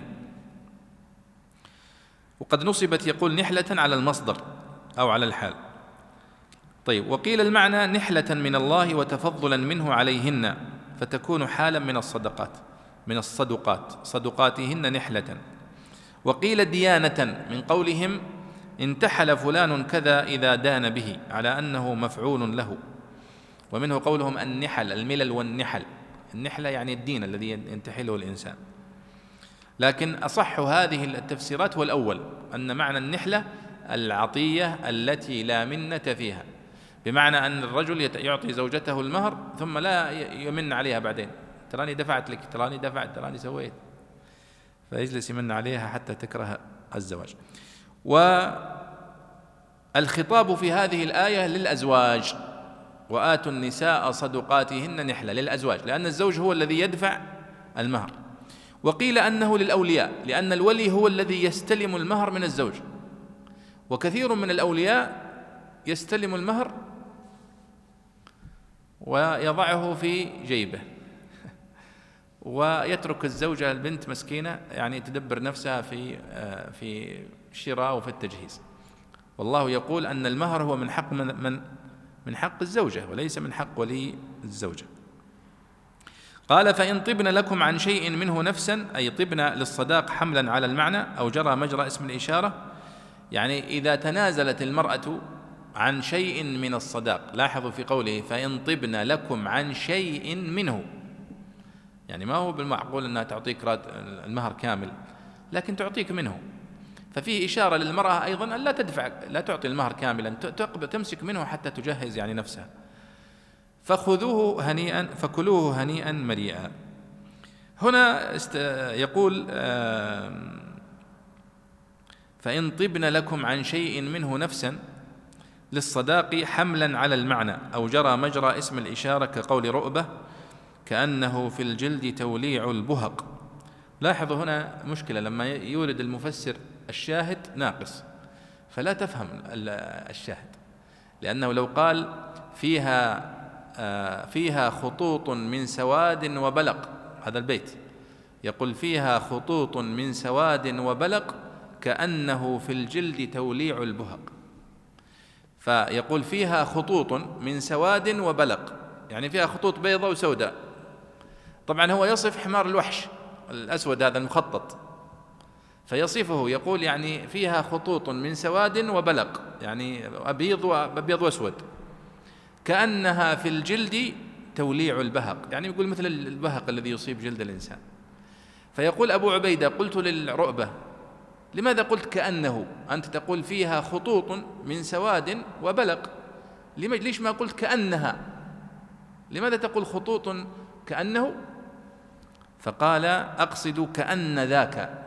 A: وقد نصبت يقول نحلة على المصدر أو على الحال. طيب وقيل المعنى نحلة من الله وتفضلا منه عليهن، فتكون حالا من الصدقات من الصدقات صدقاتهن نحلة. وقيل ديانة من قولهم انتحل فلان كذا إذا دان به، على أنه مفعول له. ومنه قولهم النحل الملل والنحل، النحلة يعني الدين الذي ينتحله الإنسان. لكن أصح هذه التفسيرات هو الأول، أن معنى النحلة العطية التي لا منة فيها، بمعنى أن الرجل يعطي زوجته المهر ثم لا يمن عليها بعدين، تراني دفعت لك، تراني دفعت، تراني سويت، فيجلس يمن عليها حتى تكره الزواج. والخطاب في هذه الآية للأزواج، وآتوا النساء صدقاتهن نحلة للأزواج، لأن الزوج هو الذي يدفع المهر. وقيل أنه للأولياء، لأن الولي هو الذي يستلم المهر من الزوج، وكثير من الأولياء يستلم المهر ويضعه في جيبه ويترك الزوجة البنت مسكينة يعني تدبر نفسها في الشراء وفي التجهيز. والله يقول أن المهر هو من حق الزوجة وليس من حق ولي الزوجة. قال فإن طبن لكم عن شيء منه نفسا، أي طبن للصداق حملا على المعنى أو جرى مجرى اسم الإشارة، يعني إذا تنازلت المرأة عن شيء من الصداق. لاحظوا في قوله فإن طبن لكم عن شيء منه، يعني ما هو بالمعقول أنها تعطيك المهر كامل، لكن تعطيك منه، ففيه إشارة للمرأة أيضا أن لا تدفع، لا تعطي المهر كاملا، تمسك منه حتى تجهز يعني نفسها. فخذوه هنيئا فكلوه هنيئا مريئا. هنا يقول فإن طبن لكم عن شيء منه نفسا للصداق حملا على المعنى أو جرى مجرى اسم الإشارة كقول رؤبة كأنه في الجلد توليع البهق. لاحظوا هنا مشكلة، لما يورد المفسر الشاهد ناقص فلا تفهم الشاهد، لأنه لو قال فيها خطوط من سواد وبلق، هذا البيت يقول فيها خطوط من سواد وبلق كأنه في الجلد توليع البهق، فيقول فيها خطوط من سواد وبلق، يعني فيها خطوط بيضاء وسوداء. طبعا هو يصف حمار الوحش الأسود هذا المخطط، فيصفه يقول يعني فيها خطوط من سواد وبلق، يعني أبيض وأسود، كأنها في الجلد توليع البهق، يعني يقول مثل البهق الذي يصيب جلد الإنسان. فيقول أبو عبيدة قلت للرؤبة لماذا قلت كأنه؟ أنت تقول فيها خطوط من سواد وبلق، ليش ما قلت كأنها؟ لماذا تقول خطوط كأنه؟ فقال أقصد كأن ذاك.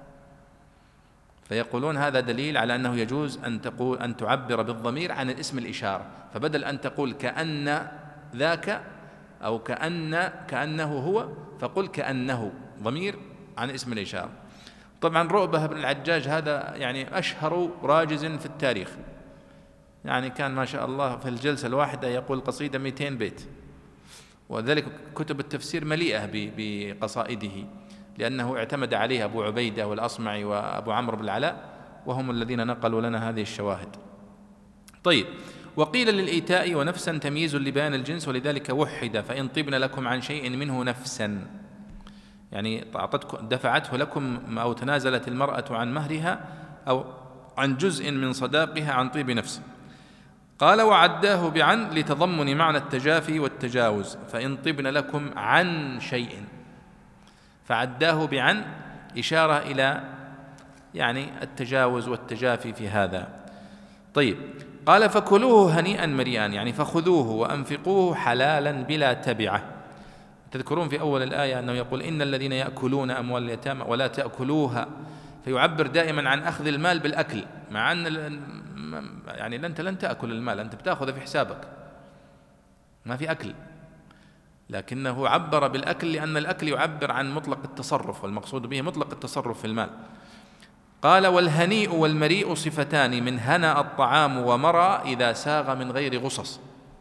A: فيقولون هذا دليل على أنه يجوز أن تعبر بالضمير عن الاسم الإشارة، فبدل أن تقول كأن ذاك أو كأنه هو، فقل كأنه ضمير عن اسم الإشارة. طبعا رؤبة بن العجاج هذا يعني أشهر راجز في التاريخ، يعني كان ما شاء الله في الجلسة الواحدة يقول قصيدة 200 بيت، وذلك كتب التفسير مليئة بقصائده، لأنه اعتمد عليها أبو عبيدة والأصمعي وأبو عمرو بن العلاء، وهم الذين نقلوا لنا هذه الشواهد. طيب، وقيل للإيتاء ونفسا تمييز لبيان الجنس، ولذلك وحد فإن طبن لكم عن شيء منه نفسا، يعني دفعته لكم أو تنازلت المرأة عن مهرها أو عن جزء من صداقها عن طيب نفس. قال وعداه بعن لتضمن معنى التجافي والتجاوز، فإن طبن لكم عن شيء، فعداه بعن إشارة إلى يعني التجاوز والتجافي في هذا. طيب، قال فكلوه هنيئا مريئا، يعني فخذوه وأنفقوه حلالا بلا تبعة. تذكرون في أول الآية أنه يقول إن الذين يأكلون أموال اليتامى ولا تأكلوها، فيعبر دائما عن أخذ المال بالأكل، مع أن يعني أنت لن تأكل المال، أنت بتأخذ في حسابك، ما في أكل، لكنه عبر بالأكل لأن الأكل يعبر عن مطلق التصرف، والمقصود به مطلق التصرف في المال. قال والهنيء والمريء صفتان من هنأ الطعام ومرى إذا ساغ من غير غصص،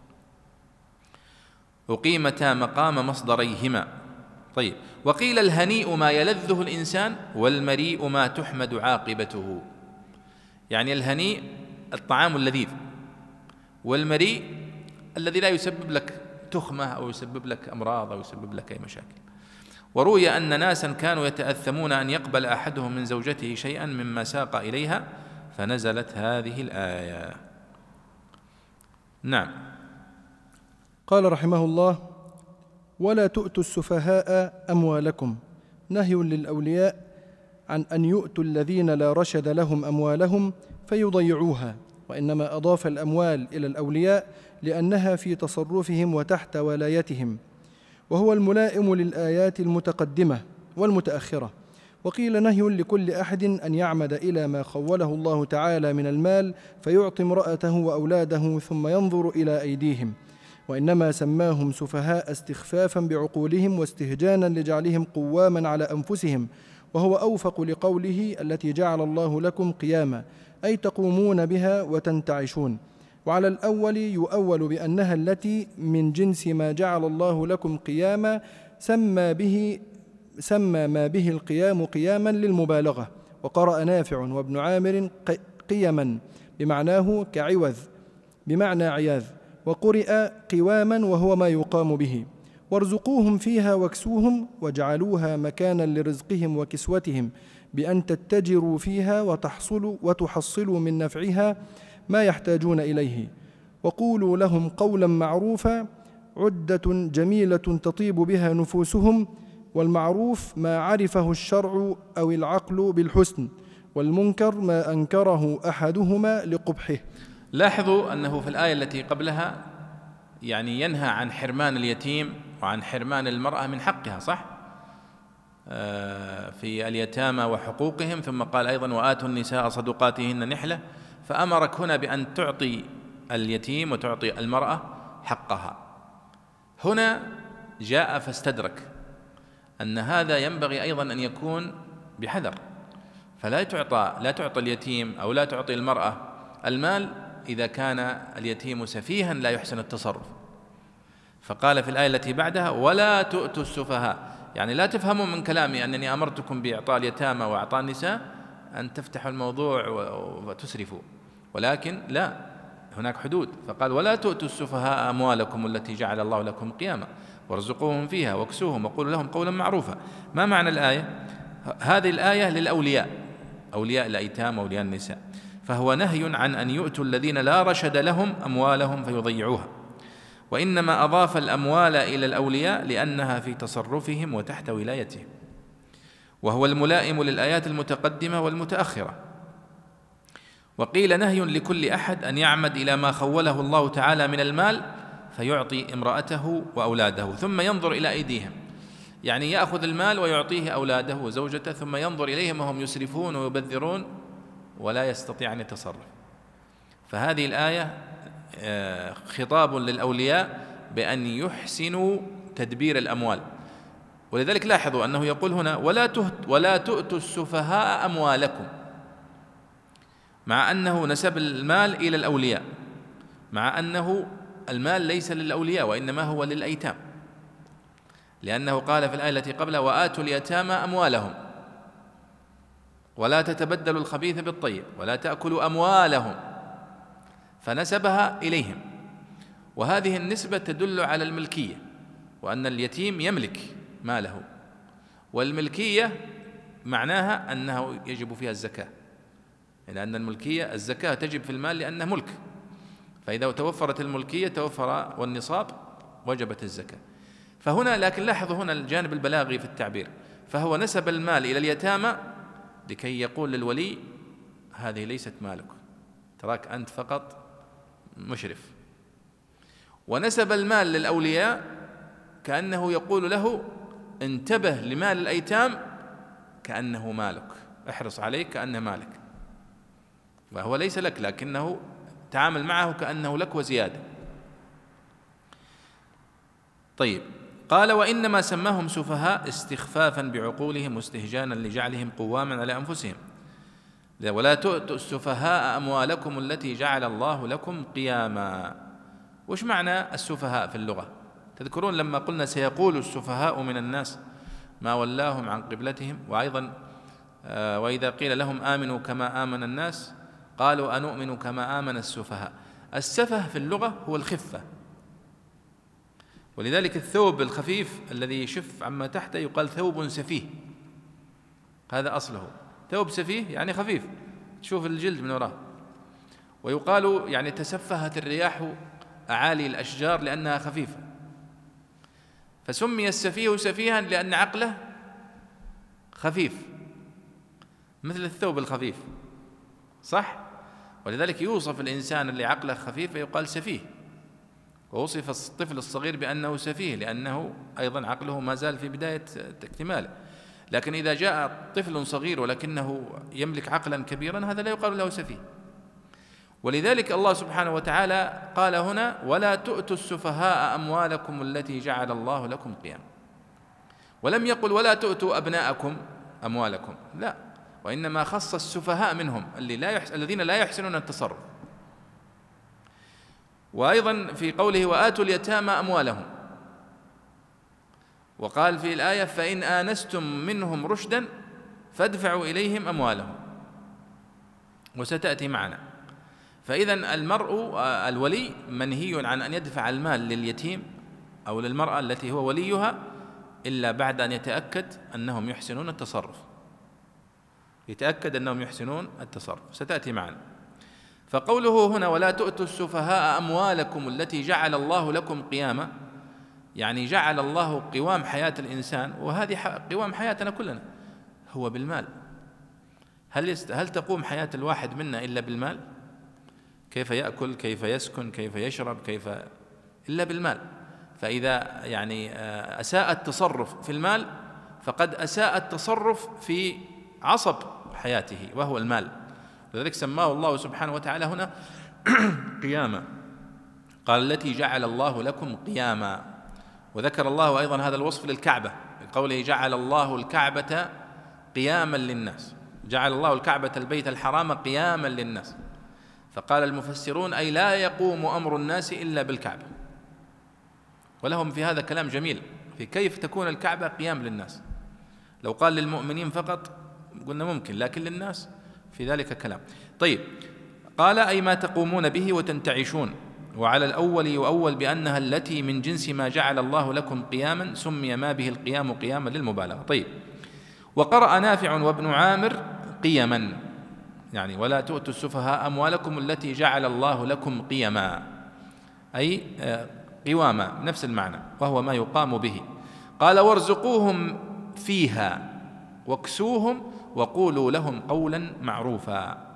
A: أقيمتا مقام مصدريهما. طيب، وقيل الهنيء ما يلذه الإنسان، والمريء ما تحمد عاقبته، يعني الهنيء الطعام اللذيذ، والمريء الذي لا يسبب لك تخمة أو يسبب لك أمراض أو يسبب لك أي مشاكل. وروي أن ناسا كانوا يتأثمون أن يقبل أحدهم من زوجته شيئا مما ساق إليها، فنزلت هذه الآية. نعم.
B: قال رحمه الله ولا تؤتوا السفهاء أموالكم، نهي للأولياء عن أن يؤتوا الذين لا رشد لهم أموالهم فيضيعوها، وإنما أضاف الأموال إلى الأولياء لأنها في تصرفهم وتحت ولايتهم، وهو الملائم للآيات المتقدمة والمتأخرة. وقيل نهي لكل أحد أن يعمد إلى ما خوله الله تعالى من المال فيعطي امرأته وأولاده ثم ينظر إلى أيديهم، وإنما سماهم سفهاء استخفافا بعقولهم واستهجانا لجعلهم قواما على أنفسهم، وهو أوفق لقوله التي جعل الله لكم قياما، أي تقومون بها وتنتعشون. وعلى الأول يؤول بأنها التي من جنس ما جعل الله لكم قياما، سمى ما به القيام قياما للمبالغة. وقرأ نافع وابن عامر قيما بمعناه كعوذ بمعنى عياذ، وقرئ قواما وهو ما يقام به. وارزقوهم فيها واكسوهم، وجعلوها مكانا لرزقهم وكسوتهم بأن تتجروا فيها وتحصلوا من نفعها ما يحتاجون إليه. وقولوا لهم قولا معروفا، عدة جميلة تطيب بها نفوسهم، والمعروف ما عرفه الشرع أو العقل بالحسن، والمنكر ما أنكره أحدهما لقبحه.
A: لاحظوا أنه في الآية التي قبلها يعني ينهى عن حرمان اليتيم وعن حرمان المرأة من حقها، صح؟ في اليتامى وحقوقهم، ثم قال أيضا وآتوا النساء صدقاتهن نحلة، فأمرك هنا بأن تعطي اليتيم وتعطي المرأة حقها. هنا جاء فاستدرك أن هذا ينبغي أيضا أن يكون بحذر، فلا تعطى اليتيم أو لا تعطي المرأة المال إذا كان اليتيم سفيها لا يحسن التصرف. فقال في الآية التي بعدها ولا تؤتوا السفهاء، يعني لا تفهموا من كلامي أنني أمرتكم بإعطاء اليتامى وإعطاء النساء أن تفتحوا الموضوع وتسرفوا، ولكن لا، هناك حدود. فقال ولا تؤتوا السفهاء أموالكم التي جعل الله لكم قياما وارزقوهم فيها واكسوهم وقولوا لهم قولا معروفا. ما معنى الآية؟ هذه الآية للأولياء، أولياء الأيتام وأولياء النساء، فهو نهي عن أن يؤتوا الذين لا رشد لهم أموالهم فيضيعوها، وإنما أضاف الأموال إلى الأولياء لأنها في تصرفهم وتحت ولايتهم، وهو الملائم للآيات المتقدمة والمتأخرة. وقيل نهي لكل أحد أن يعمد إلى ما خوله الله تعالى من المال فيعطي امرأته وأولاده ثم ينظر إلى أيديهم، يعني يأخذ المال ويعطيه أولاده وزوجته ثم ينظر إليهم وهم يسرفون ويبذرون ولا يستطيع أن يتصرف. فهذه الآية خطاب للأولياء بأن يحسنوا تدبير الأموال. ولذلك لاحظوا أنه يقول هنا ولا تؤتوا السفهاء أموالكم، مع أنه نسب المال إلى الأولياء، مع أنه المال ليس للأولياء وإنما هو للأيتام، لأنه قال في الآية التي قبلها وآتوا اليتامى أموالهم ولا تتبدلوا الخبيث بالطيب ولا تأكلوا أموالهم، فنسبها إليهم. وهذه النسبة تدل على الملكية، وأن اليتيم يملك ماله، والملكية معناها أنه يجب فيها الزكاة، لأن الملكية الزكاة تجب في المال لأنه ملك، فإذا توفرت الملكية توفر والنصاب وجبت الزكاة. فهنا لكن لاحظوا هنا الجانب البلاغي في التعبير، فهو نسب المال إلى اليتامى لكي يقول للولي هذه ليست مالك، تراك أنت فقط مشرف، ونسب المال للأولياء كأنه يقول له انتبه لمال الأيتام كأنه مالك، احرص عليك كأنه مالك، وهو ليس لك لكنه تعامل معه كأنه لك وزيادة. طيب، قال وإنما سماهم سفهاء استخفافا بعقولهم واستهجانا لجعلهم قواما على أنفسهم، ولا تؤتوا السفهاء أموالكم التي جعل الله لكم قياما. وش معنى السفهاء في اللغة؟ تذكرون لما قلنا سيقول السفهاء من الناس ما ولاهم عن قبلتهم، وأيضا وإذا قيل لهم آمنوا كما آمن الناس قالوا أنؤمن كما آمن السفهاء. السفه في اللغة هو الخفة، ولذلك الثوب الخفيف الذي يشف عما تحته يقال ثوب سفيه، هذا أصله ثوب سفيه يعني خفيف، تشوف الجلد من وراه. ويقال يعني تسفهت الرياح أعالي الأشجار لأنها خفيفة، فسمي السفيه سفيها لأن عقله خفيف مثل الثوب الخفيف، صح؟ ولذلك يوصف الإنسان اللي عقله خفيف يقال سفيه، ووصف الطفل الصغير بأنه سفيه لأنه أيضا عقله ما زال في بداية اكتماله. لكن إذا جاء طفل صغير ولكنه يملك عقلا كبيرا هذا لا يقال له سفيه. ولذلك الله سبحانه وتعالى قال هنا ولا تؤتوا السفهاء أموالكم التي جعل الله لكم قياما، ولم يقل ولا تؤتوا أبناءكم أموالكم، لا، وإنما خص السفهاء منهم الذين لا يحسنون التصرف. وأيضا في قوله وآتوا اليتامى أموالهم، وقال في الآية فإن آنستم منهم رشدا فادفعوا إليهم أموالهم، وستأتي معنا. فإذا المرء الولي منهي عن أن يدفع المال لليتيم أو للمرأة التي هو وليها إلا بعد أن يتأكد أنهم يحسنون التصرف، ستأتي معنا. فقوله هنا ولا تؤتوا السفهاء أموالكم التي جعل الله لكم قياما، يعني جعل الله قوام حياة الإنسان، وهذه قوام حياتنا كلنا هو بالمال. هل تقوم حياة الواحد منا إلا بالمال؟ كيف يأكل، كيف يسكن، كيف يشرب، إلا بالمال. فإذا يعني أساء التصرف في المال فقد أساء التصرف في عصب حياته وهو المال. لذلك سماه الله سبحانه وتعالى هنا قياما، قال التي جعل الله لكم قياما. وذكر الله أيضا هذا الوصف للكعبة بقوله جعل الله الكعبة قياما للناس، جعل الله الكعبة البيت الحرام قياما للناس. فقال المفسرون أي لا يقوم أمر الناس إلا بالكعبة. ولهم في هذا كلام جميل في كيف تكون الكعبة قيام للناس. لو قال للمؤمنين فقط قلنا ممكن، لكن للناس في ذلك كلام. طيب، قال أي ما تقومون به وتنتعشون. وعلى الأول يؤول بأنها التي من جنس ما جعل الله لكم قياما، سمي ما به القيام قياما للمبالغة. طيب، وقرأ نافع وابن عامر قيما، يعني ولا تؤتوا السفهاء أموالكم التي جعل الله لكم قيما، أي قواما، نفس المعنى، وهو ما يقام به. قال وارزقوهم فيها واكسوهم وقولوا لهم قولا معروفا.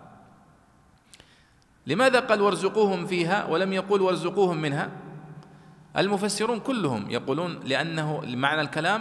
A: لماذا قال وارزقوهم فيها ولم يقول وارزقوهم منها؟ المفسرون كلهم يقولون لأنه معنى الكلام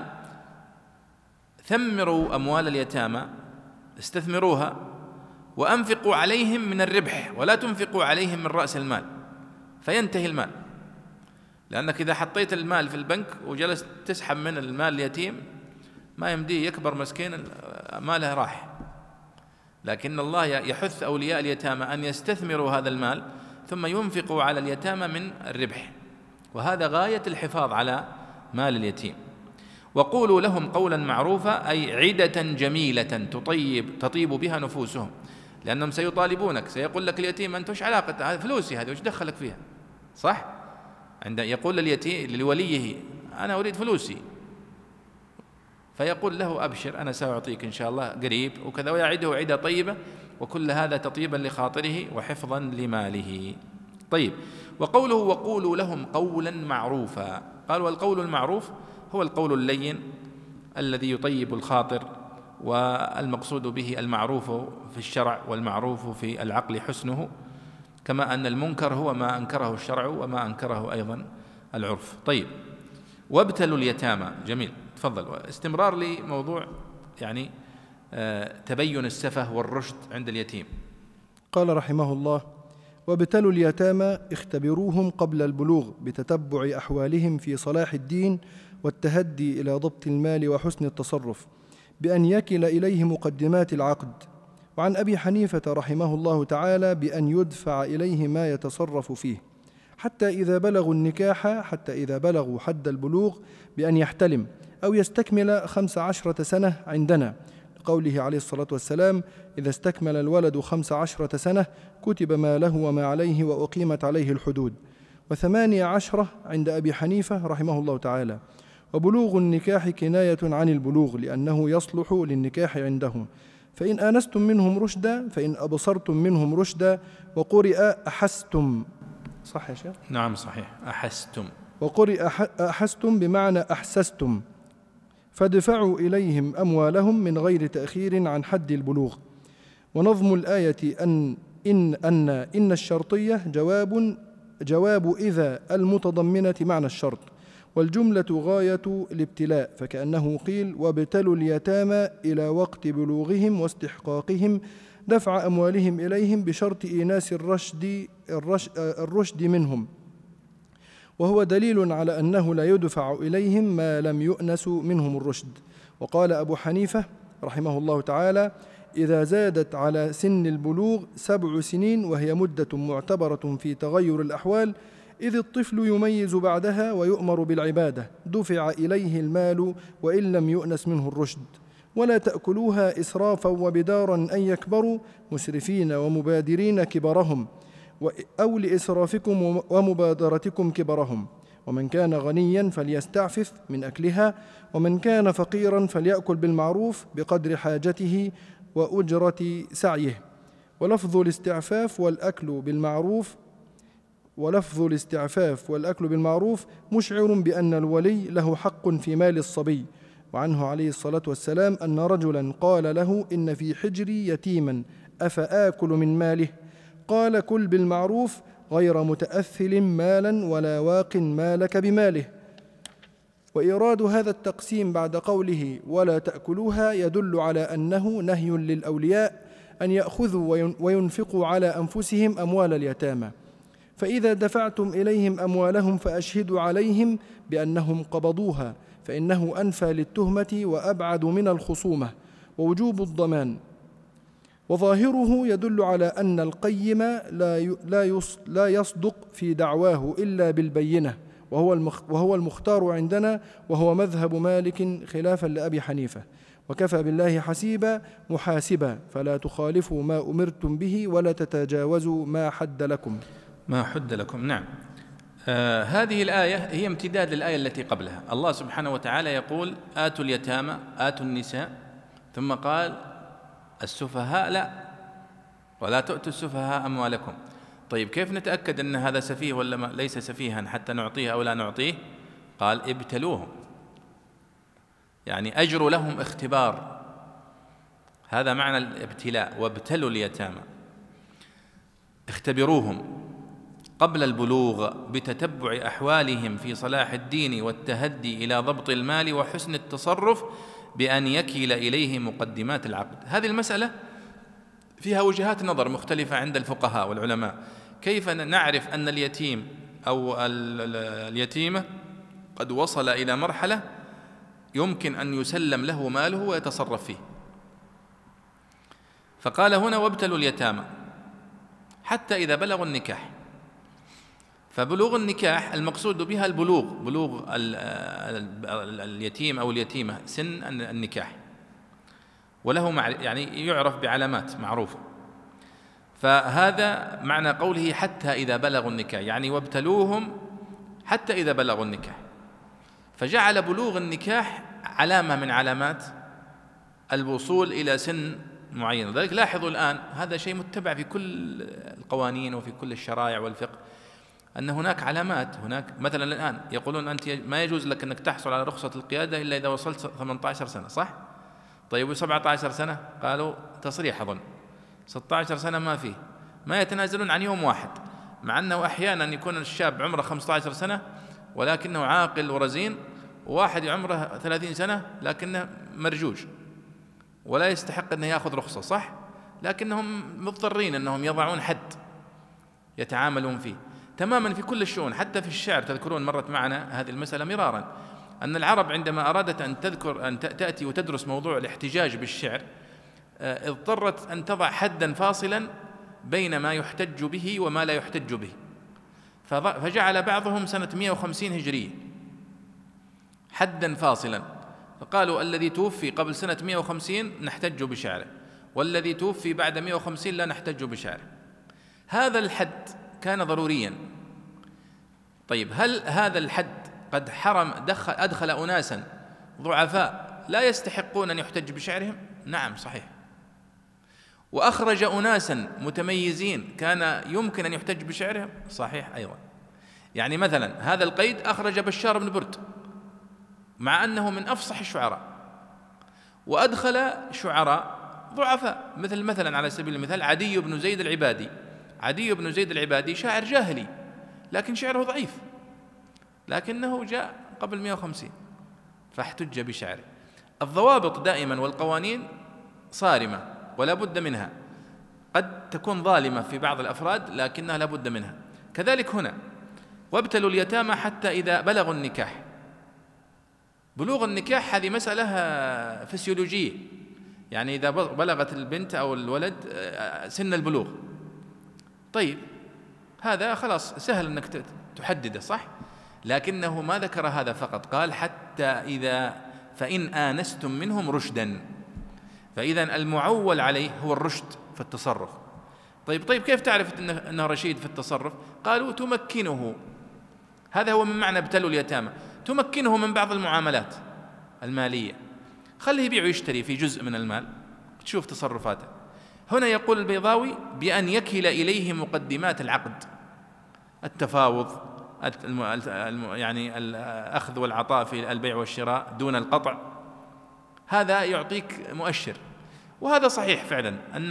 A: ثمروا أموال اليتامى، استثمروها وأنفقوا عليهم من الربح، ولا تنفقوا عليهم من رأس المال فينتهي المال. لأنك إذا حطيت المال في البنك وجلست تسحب من المال اليتيم ما يمديه، يكبر مسكين ماله راح. لكن الله يحث أولياء اليتامى أن يستثمروا هذا المال ثم ينفقوا على اليتامى من الربح، وهذا غاية الحفاظ على مال اليتيم. وقولوا لهم قولا معروفا أي عدة جميلة تطيب بها نفوسهم، لأنهم سيطالبونك، سيقول لك اليتيم أنت وش علاقة فلوسي هذه وش دخلك فيها؟ صح؟ عند يقول اليتيم لوليه أنا أريد فلوسي، فيقول له أبشر أنا سأعطيك إن شاء الله قريب وكذا، ويعده عدة طيبة، وكل هذا تطيبا لخاطره وحفظا لماله. طيب، وقوله وقولوا لهم قولا معروفا، قال والقول المعروف هو القول اللين الذي يطيب الخاطر، والمقصود به المعروف في الشرع والمعروف في العقل حسنه، كما أن المنكر هو ما أنكره الشرع وما أنكره أيضا العرف. طيب، وابتلوا اليتامى، جميل، تفضل. استمرار لموضوع يعني تبين السفه والرشد عند اليتيم.
B: قال رحمه الله وابتلوا اليتامى اختبروهم قبل البلوغ بتتبع أحوالهم في صلاح الدين والتهدي إلى ضبط المال وحسن التصرف، بأن يكل إليه مقدمات العقد. وعن أبي حنيفة رحمه الله تعالى بأن يدفع إليه ما يتصرف فيه حتى إذا بلغوا حد البلوغ بأن يحتلم أو يستكمل 15 سنة عندنا، لقوله عليه الصلاة والسلام إذا استكمل الولد 15 سنة كتب ما له وما عليه وأقيمت عليه الحدود. 18 عند أبي حنيفة رحمه الله تعالى. وبلوغ النكاح كناية عن البلوغ لأنه يصلح للنكاح عندهم، فإن آنستم منهم رشدا، فإن أبصرتم منهم رشدا. وقرئ أحستم، صح يا شيخ؟
A: نعم صحيح، أحستم.
B: وقرئ أحستم بمعنى أحسستم، فادفعوا إليهم أموالهم من غير تأخير عن حد البلوغ. ونظم الآية إن الشرطية جواب إذا المتضمنة معنى الشرط، والجملة غاية الابتلاء، فكأنه قيل وابتلوا اليتامى إلى وقت بلوغهم واستحقاقهم دفع أموالهم إليهم بشرط إيناس الرشد منهم، وهو دليل على أنه لا يدفع إليهم ما لم يؤنسوا منهم الرشد. وقال أبو حنيفة رحمه الله تعالى إذا زادت على سن البلوغ 7 سنين، وهي مدة معتبرة في تغير الأحوال، إذ الطفل يميز بعدها ويؤمر بالعبادة، دفع إليه المال وإن لم يؤنس منه الرشد. ولا تأكلوها إسرافا وبدارا أن يكبروا مسرفين ومبادرين كبرهم، أو لإسرافكم ومبادرتكم كبرهم. ومن كان غنيا فليستعفف من أكلها، ومن كان فقيرا فليأكل بالمعروف بقدر حاجته وأجرة سعيه. ولفظ الاستعفاف والأكل بالمعروف مشعر بأن الولي له حق في مال الصبي. وعنه عليه الصلاة والسلام أن رجلا قال له إن في حجري يتيما أفآكل من ماله؟ قال كل بالمعروف غير متأثل مالا ولا واق مالك بماله. وإيراد هذا التقسيم بعد قوله ولا تأكلوها يدل على أنه نهي للأولياء أن يأخذوا وينفقوا على أنفسهم أموال اليتامى، فإذا دفعتم إليهم أموالهم فأشهدوا عليهم بأنهم قبضوها، فإنه أنفى للتهمة وأبعد من الخصومة ووجوب الضمان. وظاهره يدل على أن القيم لا يصدق في دعواه إلا بالبينة، وهو المختار عندنا، وهو مذهب مالك خلافا لأبي حنيفة. وكفى بالله حسيبا محاسبا، فلا تخالفوا ما أمرتم به ولا تتجاوزوا ما حد لكم.
A: نعم. هذه الآية هي امتداد للآية التي قبلها. الله سبحانه وتعالى يقول آتوا اليتامى، آتوا النساء، ثم قال السفهاء لا، ولا تؤتوا السفهاء أموالكم. طيب كيف نتأكد أن هذا سفيه ولا ليس سفيها حتى نعطيه أو لا نعطيه؟ قال ابتلوهم، يعني أجروا لهم اختبار، هذا معنى الابتلاء. وابتلوا اليتامى، اختبروهم قبل البلوغ بتتبع أحوالهم في صلاح الدين والتهدي إلى ضبط المال وحسن التصرف بأن يكيل إليه مقدمات العقد. هذه المسألة فيها وجهات نظر مختلفة عند الفقهاء والعلماء. كيف نعرف أن اليتيم أو اليتيمة قد وصل إلى مرحلة يمكن أن يسلم له ماله ويتصرف فيه؟ فقال هنا وابتلوا اليتامى حتى إذا بلغوا النكاح. فبلوغ النكاح المقصود بها البلوغ، بلوغ اليتيم أو اليتيمة سن النكاح، وله يعني يعرف بعلامات معروفة. فهذا معنى قوله حتى إذا بلغوا النكاح، يعني وابتلوهم حتى إذا بلغوا النكاح، فجعل بلوغ النكاح علامة من علامات الوصول إلى سن معين. ذلك لاحظوا الآن هذا شيء متبع في كل القوانين وفي كل الشرائع والفقه، أن هناك علامات. هناك مثلا الآن يقولون أنت ما يجوز لك أنك تحصل على رخصة القيادة إلا إذا وصلت 18 سنة، صح؟ طيب 17 سنة قالوا تصريح، أظن 16 سنة ما فيه، ما يتنازلون عن يوم واحد، مع أنه أحيانا يكون الشاب عمره 15 سنة ولكنه عاقل ورزين، وواحد عمره 30 سنة لكنه مرجوج ولا يستحق أنه يأخذ رخصة، صح؟ لكنهم مضطرين أنهم يضعون حد يتعاملون فيه. تماما في كل الشؤون، حتى في الشعر. تذكرون مرت معنا هذه المسألة مرارا، أن العرب عندما أرادت أن تأتي وتدرس موضوع الاحتجاج بالشعر اضطرت أن تضع حدا فاصلا بين ما يحتج به وما لا يحتج به، فجعل بعضهم سنة 150 هجرية حدا فاصلا، فقالوا الذي توفي قبل سنة 150 نحتج بشعره، والذي توفي بعد 150 لا نحتج بشعره. هذا الحد كان ضروريا. طيب هل هذا الحد قد أدخل أناسا ضعفاء لا يستحقون أن يحتج بشعرهم؟ نعم صحيح. وأخرج أناسا متميزين كان يمكن أن يحتج بشعرهم؟ صحيح أيضا. يعني مثلا هذا القيد أخرج بشار بن برد مع أنه من أفصح الشعراء، وأدخل شعراء ضعفاء مثلا على سبيل المثال عدي بن زيد العبادي. عدي بن زيد العبادي شاعر جاهلي لكن شعره ضعيف، لكنه جاء قبل 150 فاحتج بشعره. الضوابط دائما والقوانين صارمة ولا بد منها، قد تكون ظالمة في بعض الأفراد لكنها لا بد منها. كذلك هنا وابتلوا اليتامى حتى إذا بلغوا النكاح. بلوغ النكاح هذه مسألة فسيولوجية، يعني إذا بلغت البنت أو الولد سن البلوغ، طيب هذا خلاص سهل أنك تحدده، صح؟ لكنه ما ذكر هذا فقط، قال حتى إذا فإن آنستم منهم رشدا. فإذا المعول عليه هو الرشد في التصرف. طيب كيف تعرف أنه رشيد في التصرف؟ قالوا تمكنه، هذا هو من معنى ابتلوا اليتامى، تمكنه من بعض المعاملات المالية، خليه يبيع ويشتري في جزء من المال، تشوف تصرفاته. هنا يقول البيضاوي بأن يكل إليه مقدمات العقد، التفاوض، يعني الأخذ والعطاء في البيع والشراء دون القطع، هذا يعطيك مؤشر. وهذا صحيح فعلا أن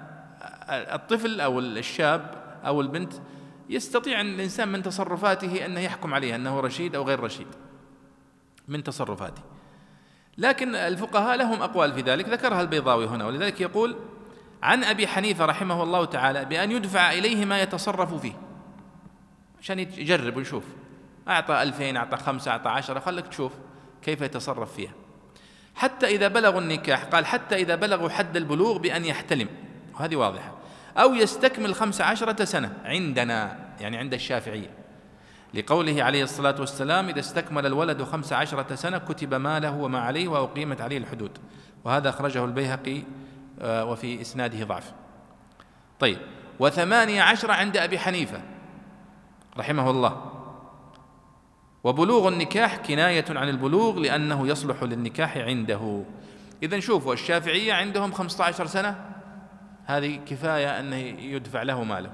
A: الطفل أو الشاب أو البنت يستطيع الإنسان من تصرفاته أنه يحكم عليه أنه رشيد أو غير رشيد. من تصرفاته. لكن الفقهاء لهم أقوال في ذلك ذكرها البيضاوي هنا، ولذلك يقول عن أبي حنيفة رحمه الله تعالى بأن يدفع إليه ما يتصرف فيه، عشان يجرب ويشوف، أعطى 2000 أعطى 5 أعطى 10، خلك تشوف كيف يتصرف فيها. حتى إذا بلغوا النكاح، قال حتى إذا بلغوا حد البلوغ بأن يحتلم، وهذه واضحة، أو يستكمل 15 سنة عندنا، يعني عند الشافعية، لقوله عليه الصلاة والسلام إذا استكمل الولد 15 سنة كتب ما له وما عليه وأقيمت عليه الحدود، وهذا أخرجه البيهقي وفي إسناده ضعف. طيب، 18 عند أبي حنيفة رحمه الله. وبلوغ النكاح كناية عن البلوغ لأنه يصلح للنكاح عنده. إذن شوفوا الشافعية عندهم 15 سنة، هذه كفاية أنه يدفع له ماله.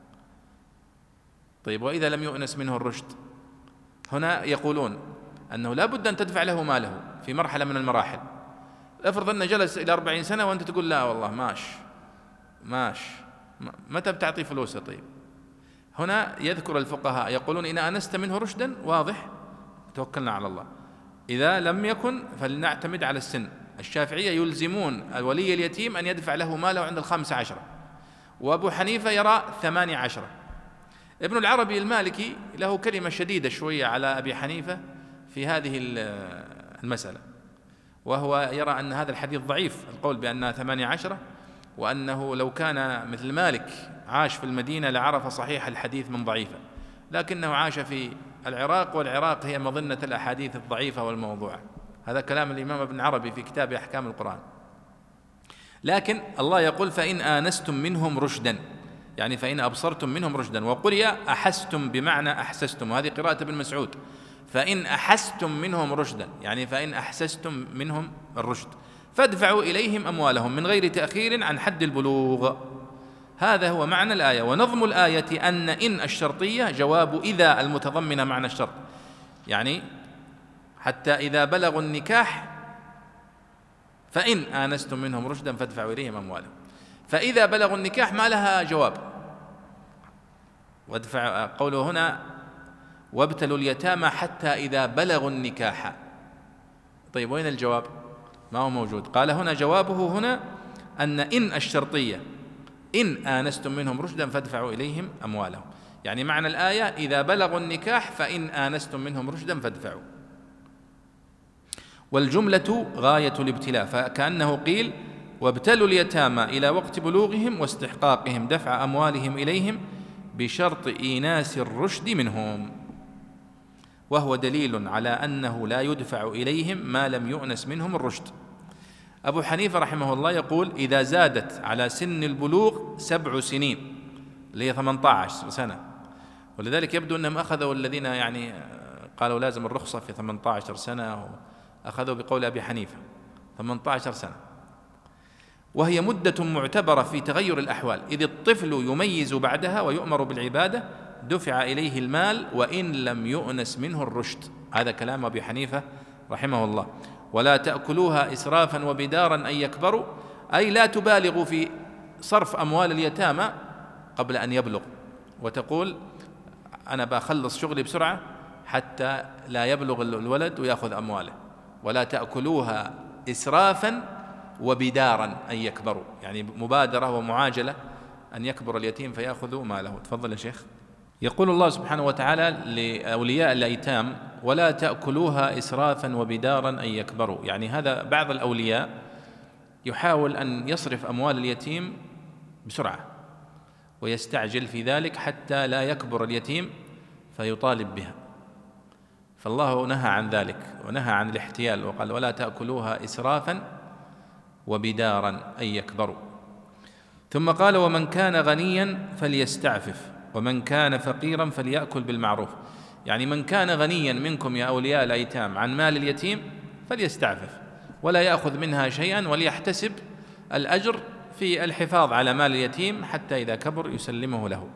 A: طيب، وإذا لم يؤنس منه الرشد، هنا يقولون أنه لا بد أن تدفع له ماله في مرحلة من المراحل. افرض أنه جلس إلى 40 سنة وأنت تقول لا والله ماش متى بتعطي فلوسه؟ طيب، هنا يذكر الفقهاء يقولون إن أنست منه رشدا واضح توكلنا على الله، إذا لم يكن فلنعتمد على السن. الشافعية يلزمون الولي اليتيم أن يدفع له ماله عند 15، وأبو حنيفة يرى 18. ابن العربي المالكي له كلمة شديدة شوية على أبي حنيفة في هذه المسألة، وهو يرى أن هذا الحديث ضعيف، القول بأنها 18، وأنه لو كان مثل مالك عاش في المدينة لعرف صحيح الحديث من ضعيفه، لكنه عاش في العراق، والعراق هي مظنة الأحاديث الضعيفة والموضوعة. هذا كلام الإمام ابن عربي في كتاب أحكام القرآن. لكن الله يقول فإن آنستم منهم رشدا، يعني فإن أبصرتم منهم رشدا، وقرئ أحستم بمعنى أحسستم، وهذه قراءة ابن مسعود، فإن أحستم منهم رشدا، يعني فإن أحسستم منهم الرشد فادفعوا إليهم أموالهم من غير تأخير عن حد البلوغ. هذا هو معنى الآية. ونظم الآية أن إن الشرطية جواب إذا المتضمنة معنى الشرط، يعني حتى إذا بلغوا النكاح فإن آنستم منهم رشدا فادفعوا إليهم أموالهم، فإذا بلغوا النكاح ما لها جواب. وادفع قوله هنا وابتلوا اليتامى حتى إذا بلغوا النكاح. طيب، وين الجواب؟ ما هو موجود. قال هنا جوابه هنا أن إن الشرطية إن آنستم منهم رشدا فادفعوا إليهم أموالهم، يعني معنى الآية إذا بلغوا النكاح فإن آنستم منهم رشدا فادفعوا. والجملة غاية الابتلاء، فكأنه قيل وابتلوا اليتامى إلى وقت بلوغهم واستحقاقهم دفع أموالهم إليهم بشرط إيناس الرشد منهم، وهو دليل على أنه لا يدفع إليهم ما لم يؤنس منهم الرشد. أبو حنيفة رحمه الله يقول إذا زادت على سن البلوغ 7 سنين اللي هي 18 سنة، ولذلك يبدو أنهم أخذوا الذين يعني قالوا لازم الرخصة في 18 سنة، أخذوا بقول أبي حنيفة 18 سنة، وهي مدة معتبرة في تغير الأحوال، إذ الطفل يميز بعدها ويؤمر بالعبادة دفع إليه المال وإن لم يؤنس منه الرشد. هذا كلام أبي حنيفة رحمه الله. ولا تأكلوها إسرافا وبدارا أن يكبروا، أي لا تبالغوا في صرف أموال اليتامى قبل أن يبلغ، وتقول أنا بخلص شغلي بسرعة حتى لا يبلغ الولد ويأخذ أمواله. ولا تأكلوها إسرافا وبدارا أن يكبروا، يعني مبادرة ومعاجلة أن يكبر اليتيم فيأخذ ماله. تفضل يا شيخ. يقول الله سبحانه وتعالى لأولياء الأيتام ولا تأكلوها إسرافا وبدارا أن يكبروا، يعني هذا بعض الأولياء يحاول أن يصرف أموال اليتيم بسرعة ويستعجل في ذلك حتى لا يكبر اليتيم فيطالب بها، فالله نهى عن ذلك ونهى عن الاحتيال، وقال ولا تأكلوها إسرافا وبدارا أن يكبروا. ثم قال ومن كان غنيا فليستعفف ومن كان فقيرا فليأكل بالمعروف، يعني من كان غنيا منكم يا أولياء الأيتام عن مال اليتيم فليستعفف ولا يأخذ منها شيئا، وليحتسب الأجر في الحفاظ على مال اليتيم حتى إذا كبر يسلمه له.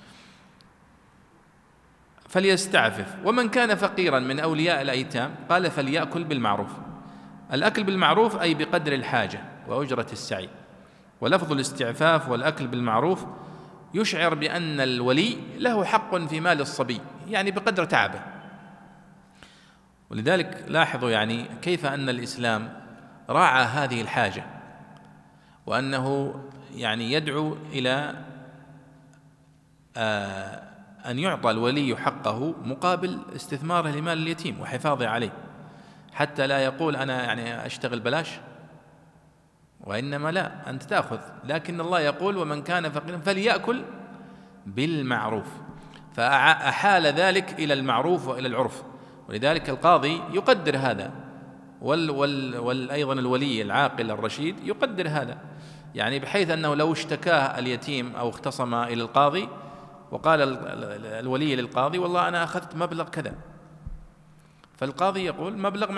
A: فليستعفف. ومن كان فقيرا من أولياء الأيتام قال فليأكل بالمعروف. الأكل بالمعروف أي بقدر الحاجة وأجرة السعي. ولفظ الاستعفاف والأكل بالمعروف يشعر بأن الولي له حق في مال الصبي، يعني بقدر تعبه. ولذلك لاحظوا يعني كيف أن الإسلام راعى هذه الحاجة، وأنه يعني يدعو إلى أن يعطى الولي حقه مقابل استثماره لمال اليتيم وحفاظه عليه، حتى لا يقول أنا يعني أشتغل بلاش، وإنما لا، أنت تأخذ، لكن الله يقول ومن كان فقيرا فليأكل بالمعروف، فأحال ذلك إلى المعروف وإلى العرف. ولذلك القاضي يقدر هذا، أيضا الولي العاقل الرشيد يقدر هذا، يعني بحيث أنه لو اشتكاه اليتيم أو اختصم إلى القاضي وقال الولي للقاضي والله أنا أخذت مبلغ كذا، فالقاضي يقول مبلغ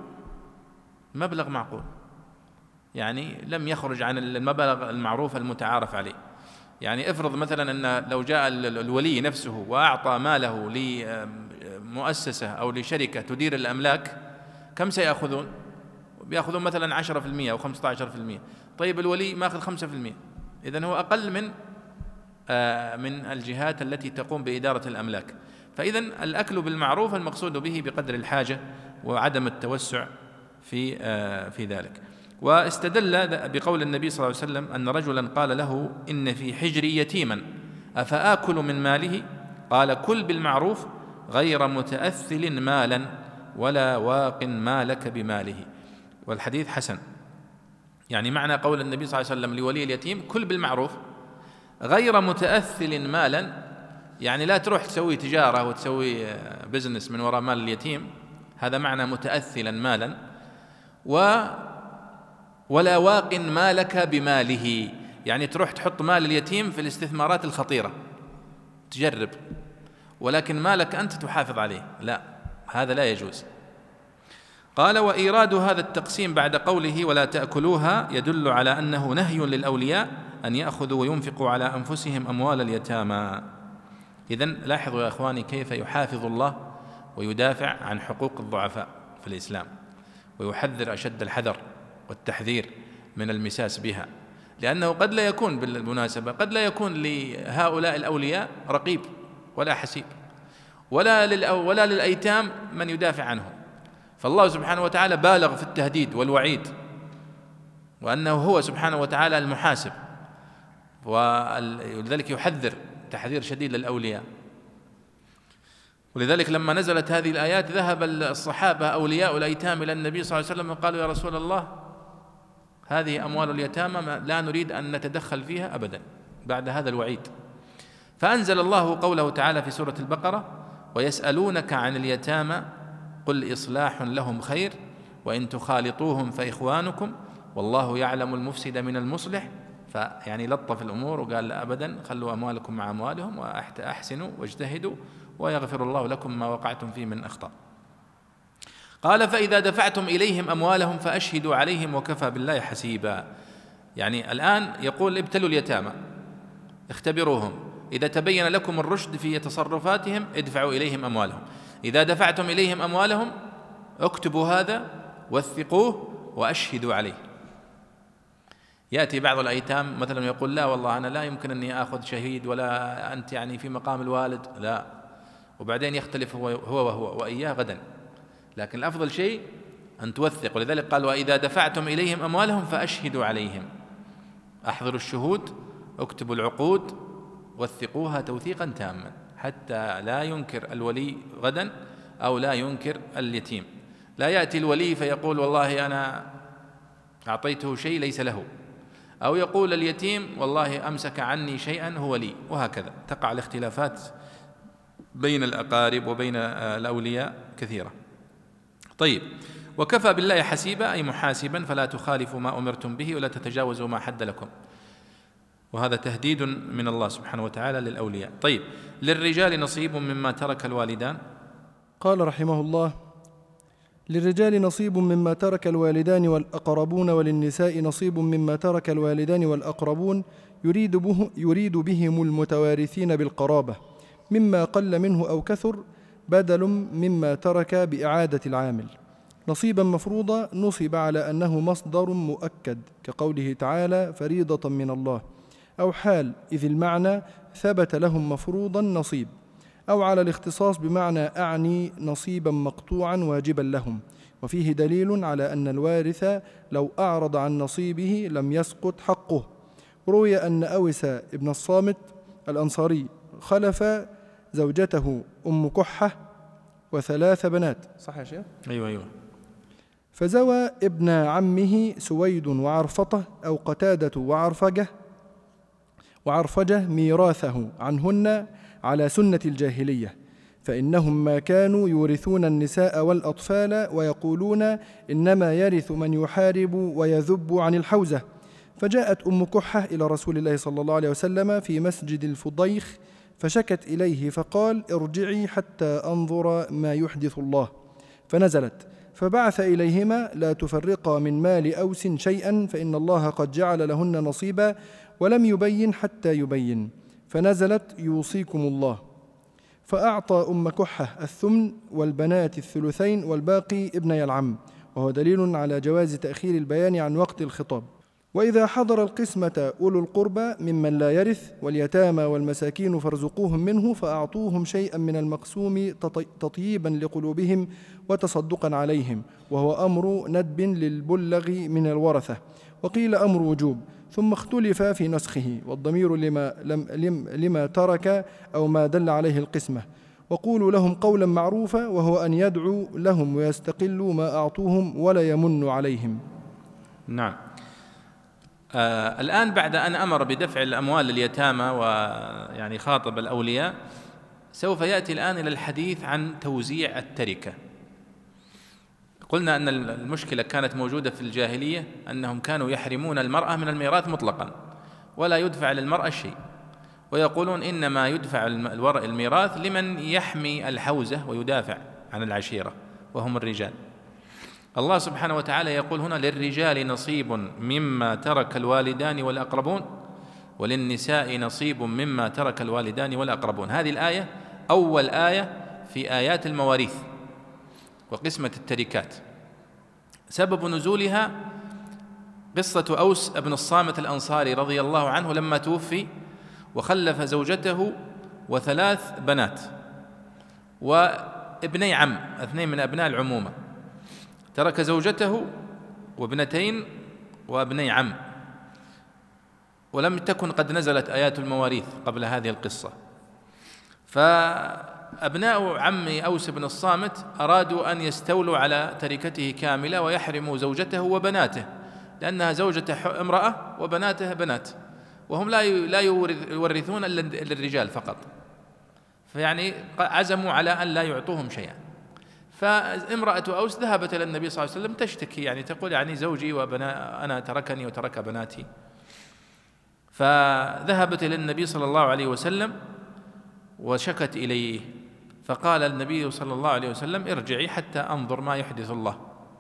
A: معقول، يعني لم يخرج عن المبلغ المعروف المتعارف عليه. يعني افرض مثلا أن لو جاء الولي نفسه وأعطى ماله لمؤسسة أو لشركة تدير الأملاك، كم سيأخذون؟ بيأخذون مثلا 10% أو 15%. طيب الولي ماخذ 5%، إذن هو أقل من الجهات التي تقوم بإدارة الأملاك. فإذن الأكل بالمعروف المقصود به بقدر الحاجة وعدم التوسع في ذلك. واستدل بقول النبي صلى الله عليه وسلم أن رجلا قال له إن في حجري يتيما أفآكل من ماله؟ قال كل بالمعروف غير متأثل مالا ولا واق مالك بماله. والحديث حسن. يعني معنى قول النبي صلى الله عليه وسلم لولي اليتيم كل بالمعروف غير متأثل مالا، يعني لا تروح تسوي تجارة وتسوي بزنس من وراء مال اليتيم، هذا معنى متأثلا مالا. ولا واق مالك بماله، يعني تروح تحط مال اليتيم في الاستثمارات الخطيرة تجرب، ولكن مالك أنت تحافظ عليه، لا، هذا لا يجوز. قال وإيراد هذا التقسيم بعد قوله ولا تأكلوها يدل على أنه نهي للأولياء أن يأخذوا وينفقوا على أنفسهم أموال اليتامى. إذن لاحظوا يا أخواني كيف يحافظ الله ويدافع عن حقوق الضعفاء في الإسلام، ويحذر أشد الحذر والتحذير من المساس بها، لأنه قد لا يكون بالمناسبة قد لا يكون لهؤلاء الأولياء رقيب ولا حسيب ولا للأيتام من يدافع عنهم. فالله سبحانه وتعالى بالغ في التهديد والوعيد، وأنه هو سبحانه وتعالى المحاسب، ولذلك يحذر تحذير شديد للأولياء. ولذلك لما نزلت هذه الآيات ذهب الصحابة أولياء الأيتام إلى النبي صلى الله عليه وسلم وقالوا يا رسول الله هذه أموال اليتامى لا نريد أن نتدخل فيها أبدا بعد هذا الوعيد. فأنزل الله قوله تعالى في سورة البقرة ويسألونك عن اليتامى قل إصلاح لهم خير وإن تخالطوهم فإخوانكم والله يعلم المفسد من المصلح. فيعني لطف الأمور وقال لا أبدا، خلوا أموالكم مع أموالهم وأحسنوا واجتهدوا ويغفر الله لكم ما وقعتم فيه من أخطاء. قال فإذا دفعتم إليهم أموالهم فأشهدوا عليهم وكفى بالله حسيبا. يعني الآن يقول ابتلوا اليتامى، اختبروهم، إذا تبين لكم الرشد في تصرفاتهم ادفعوا إليهم أموالهم، إذا دفعتم إليهم أموالهم اكتبوا هذا وثقوه وأشهدوا عليه. يأتي بعض الأيتام مثلا يقول لا والله أنا لا يمكن أني أخذ شهيد ولا أنت يعني في مقام الوالد، لا، وبعدين يختلف هو وإياه غدا، لكن الأفضل شيء أن توثق. ولذلك قال وإذا دفعتم إليهم أموالهم فأشهدوا عليهم، أحضروا الشهود، اكتبوا العقود، وثقوها توثيقا تاما حتى لا ينكر الولي غدا أو لا ينكر اليتيم. لا يأتي الولي فيقول والله أنا أعطيته شيء ليس له، أو يقول اليتيم والله أمسك عني شيئا هو لي، وهكذا تقع الاختلافات بين الأقارب وبين الأولياء كثيرة. طيب، وكفى بالله حسيبا أي محاسبا، فلا تخالفوا ما أمرتم به ولا تتجاوزوا ما حد لكم، وهذا تهديد من الله سبحانه وتعالى للأولياء. طيب، للرجال نصيب مما ترك الوالدان.
B: قال رحمه الله للرجال نصيب مما ترك الوالدان والأقربون وللنساء نصيب مما ترك الوالدان والأقربون يريد بهم المتوارثين بالقرابة مما قل منه أو كثر بدل مما ترك بإعادة العامل. نصيبا مفروضا نصب على أنه مصدر مؤكد كقوله تعالى فريضة من الله، أو حال إذ المعنى ثبت لهم مفروضا نصيب، أو على الاختصاص بمعنى أعني نصيبا مقطوعا واجبا لهم، وفيه دليل على أن الوارث لو أعرض عن نصيبه لم يسقط حقه. روي أن أوس ابن الصامت الأنصاري خلف زوجته أم كحة و3 بنات، صح يا شيخ؟
A: أيوة.
B: فزوى ابن عمه سويد وعرفطة أو قتادة وعرفجة ميراثه عنهن على سنة الجاهلية، فإنهم ما كانوا يورثون النساء والأطفال ويقولون إنما يرث من يحارب ويذب عن الحوزة. فجاءت أم كحة إلى رسول الله صلى الله عليه وسلم في مسجد الفضيخ فشكت إليه فقال: ارجعي حتى أنظر ما يحدث الله. فنزلت فبعث إليهما: لا تفرقا من مال أوس شيئا فإن الله قد جعل لهن نصيبا، ولم يبين حتى يبين. فنزلت: يوصيكم الله. فأعطى أم كحة الثمن والبنات الثلثين والباقي ابني العم، وهو دليل على جواز تأخير البيان عن وقت الخطاب. وإذا حضر القسمة أولو القربى ممن لا يرث واليتامى والمساكين فارزقوهم منه، فأعطوهم شيئا من المقسوم تطييبا لقلوبهم وتصدقا عليهم، وهو أمر ندب للبلغ من الورثة، وقيل أمر وجوب، ثم اختلف في نسخه، والضمير لما ترك أو ما دل عليه القسمة. وقولوا لهم قولا معروفا، وهو أن يدعوا لهم ويستقلوا ما أعطوهم ولا يمنوا عليهم.
A: نعم. الآن بعد أن أمر بدفع الأموال لليتامى ويعني خاطب الأولياء، سوف يأتي الآن إلى الحديث عن توزيع التركة. قلنا أن المشكلة كانت موجودة في الجاهلية، أنهم كانوا يحرمون المرأة من الميراث مطلقا ولا يدفع للمرأة شيء، ويقولون إنما يدفع الميراث لمن يحمي الحوزة ويدافع عن العشيرة وهم الرجال. الله سبحانه وتعالى يقول هنا: للرجال نصيب مما ترك الوالدان والأقربون وللنساء نصيب مما ترك الوالدان والأقربون. هذه الآية أول آية في آيات المواريث وقسمة التركات. سبب نزولها قصة أوس بن الصامت الأنصاري رضي الله عنه لما توفي وخلف زوجته و3 بنات وابني عم، 2 من أبناء العمومة. ترك زوجته وابنتين وابني عم، ولم تكن قد نزلت آيات المواريث قبل هذه القصة. فأبناء عم أوس بن الصامت أرادوا أن يستولوا على تركته كاملة ويحرموا زوجته وبناته، لأنها زوجته امرأة وبناته بنات، وهم لا يورثون إلا الرجال فقط، فيعني عزموا على أن لا يعطوهم شيئا. فامرأة أوس ذهبت إلى النبي صلى الله عليه وسلم تشتكي، يعني تقول يعني زوجي أنا تركني وترك بناتي. فذهبت إلى النبي صلى الله عليه وسلم وشكت إليه، فقال النبي صلى الله عليه وسلم: ارجعي حتى أنظر ما يحدث الله.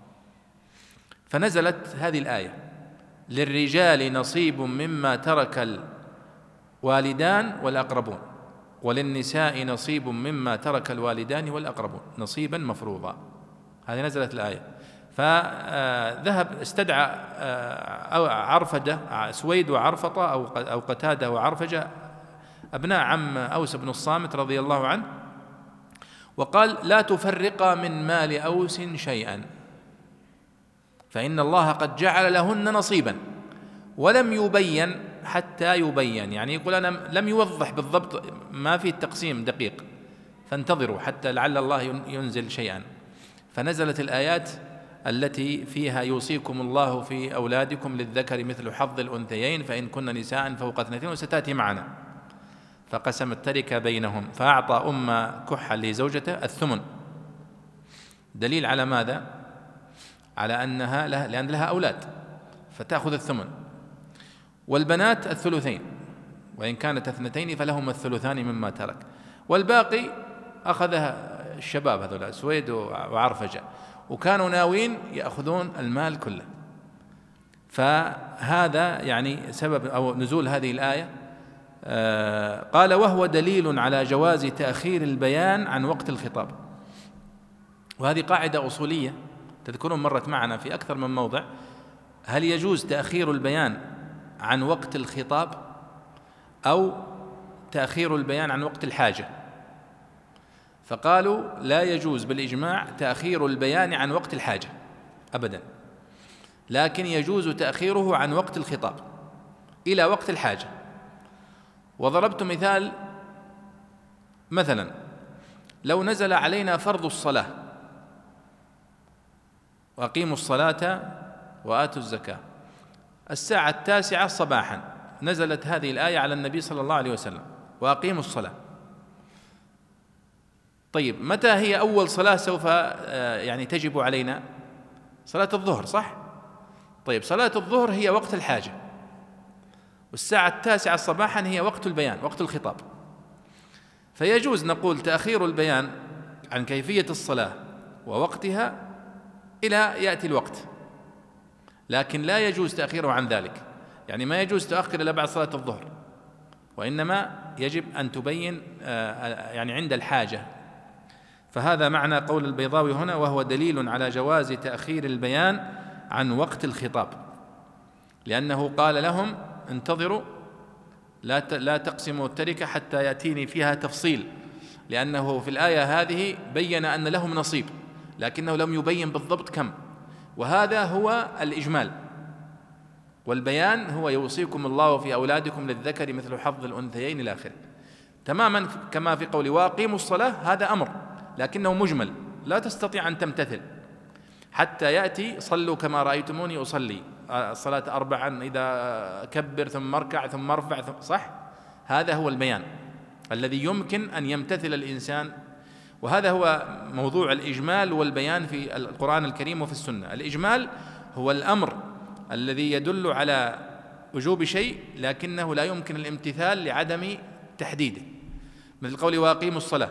A: فنزلت هذه الآية: للرجال نصيب مما ترك الوالدان والأقربون وللنساء نصيب مما ترك الوالدان والأقربون نصيبا مفروضا. هذه نزلت الآية. فذهب استدعى عرفجة سويد وعرفطة أو قتادة وعرفجة أبناء عم أوس بن الصامت رضي الله عنه، وقال: لا تفرقا من مال أوس شيئا فإن الله قد جعل لهن نصيبا، ولم يبين حتى يبين، يعني يقول أنا لم يوضح بالضبط، ما في التقسيم دقيق، فانتظروا حتى لعل الله ينزل شيئا. فنزلت الآيات التي فيها: يوصيكم الله في أولادكم للذكر مثل حظ الأنثيين فإن كن نساء فوق 2، وستأتي معنا. فقسم التركة بينهم، فأعطى أم كحة لزوجته الثمن، دليل على ماذا؟ على أنها لأن لها أولاد فتأخذ الثمن، والبنات الثلثين، وإن كانت 2 فلهما الثلثان مما ترك، والباقي أخذها الشباب هذول سويد وعرفجة، وكانوا ناوين يأخذون المال كله. فهذا يعني سبب أو نزول هذه الآية. قال: وهو دليل على جواز تأخير البيان عن وقت الخطاب. وهذه قاعدة أصولية تذكرون مرت معنا في أكثر من موضع. هل يجوز تأخير البيان عن وقت الخطاب أو تأخير البيان عن وقت الحاجة؟ فقالوا لا يجوز بالإجماع تأخير البيان عن وقت الحاجة أبدا، لكن يجوز تأخيره عن وقت الخطاب إلى وقت الحاجة. وضربت مثلا لو نزل علينا فرض الصلاة وأقيموا الصلاة وآتوا الزكاة، الساعة 9 صباحا نزلت هذه الآية على النبي صلى الله عليه وسلم، وأقيموا الصلاة. طيب متى هي أول صلاة سوف تجب علينا؟ صلاة الظهر، صح؟ طيب صلاة الظهر هي وقت الحاجة، والساعة 9 صباحا هي وقت البيان، وقت الخطاب. فيجوز نقول تأخير البيان عن كيفية الصلاة ووقتها إلى يأتي الوقت، لكن لا يجوز تأخيره عن ذلك. يعني ما يجوز تأخر إلى بعد صلاة الظهر، وإنما يجب أن تبين عند الحاجة. فهذا معنى قول البيضاوي هنا، وهو دليل على جواز تأخير البيان عن وقت الخطاب، لأنه قال لهم انتظروا لا تقسموا التركة حتى يأتيني فيها تفصيل، لأنه في الآية هذه بين أن لهم نصيب، لكنه لم يبين بالضبط كم. وهذا هو الإجمال، والبيان هو يوصيكم الله في أولادكم للذكر مثل حظ الأنثيين إلى آخره، تماما كما في قول وأقيموا الصلاة. هذا أمر لكنه مجمل، لا تستطيع أن تمتثل حتى يأتي صلوا كما رأيتموني أصلي، الصلاة 4 إذا كبر ثم اركع ثم ارفع صح؟ هذا هو البيان الذي يمكن أن يمتثل الإنسان. وهذا هو موضوع الإجمال والبيان في القرآن الكريم وفي السنة. الإجمال هو الأمر الذي يدل على وجوب شيء لكنه لا يمكن الامتثال لعدم تحديده، مثل قول وأقيموا الصلاة.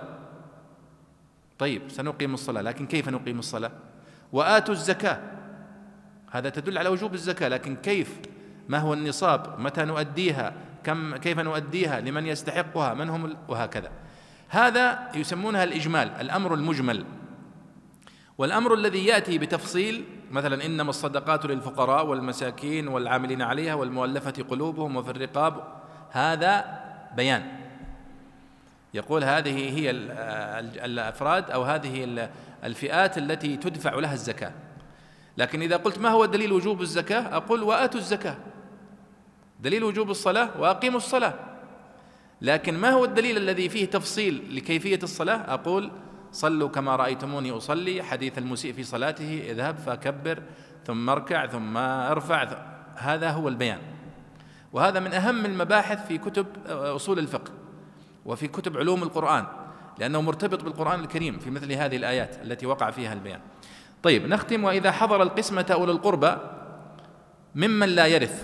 A: طيب سنقيم الصلاة، لكن كيف نقيم الصلاة؟ وآتوا الزكاة، هذا تدل على وجوب الزكاة، لكن كيف؟ ما هو النصاب؟ متى نؤديها؟ كيف نؤديها؟ لمن يستحقها؟ من هم؟ وهكذا. هذا يسمونها الإجمال، الأمر المجمل. والأمر الذي يأتي بتفصيل، مثلا إنما الصدقات للفقراء والمساكين والعاملين عليها والمؤلفة قلوبهم وفي الرقاب، هذا بيان، يقول هذه هي الأفراد أو هذه الفئات التي تدفع لها الزكاة. لكن إذا قلت ما هو دليل وجوب الزكاة؟ أقول وآتوا الزكاة. دليل وجوب الصلاة وأقيموا الصلاة. لكن ما هو الدليل الذي فيه تفصيل لكيفية الصلاة؟ أقول صلوا كما رأيتموني أصلي، حديث المسيء في صلاته اذهب فكبر ثم اركع ثم ارفع. هذا هو البيان، وهذا من أهم المباحث في كتب أصول الفقه وفي كتب علوم القرآن، لأنه مرتبط بالقرآن الكريم في مثل هذه الآيات التي وقع فيها البيان. طيب نختم. وإذا حضر القسمة أولو القربى ممن لا يرث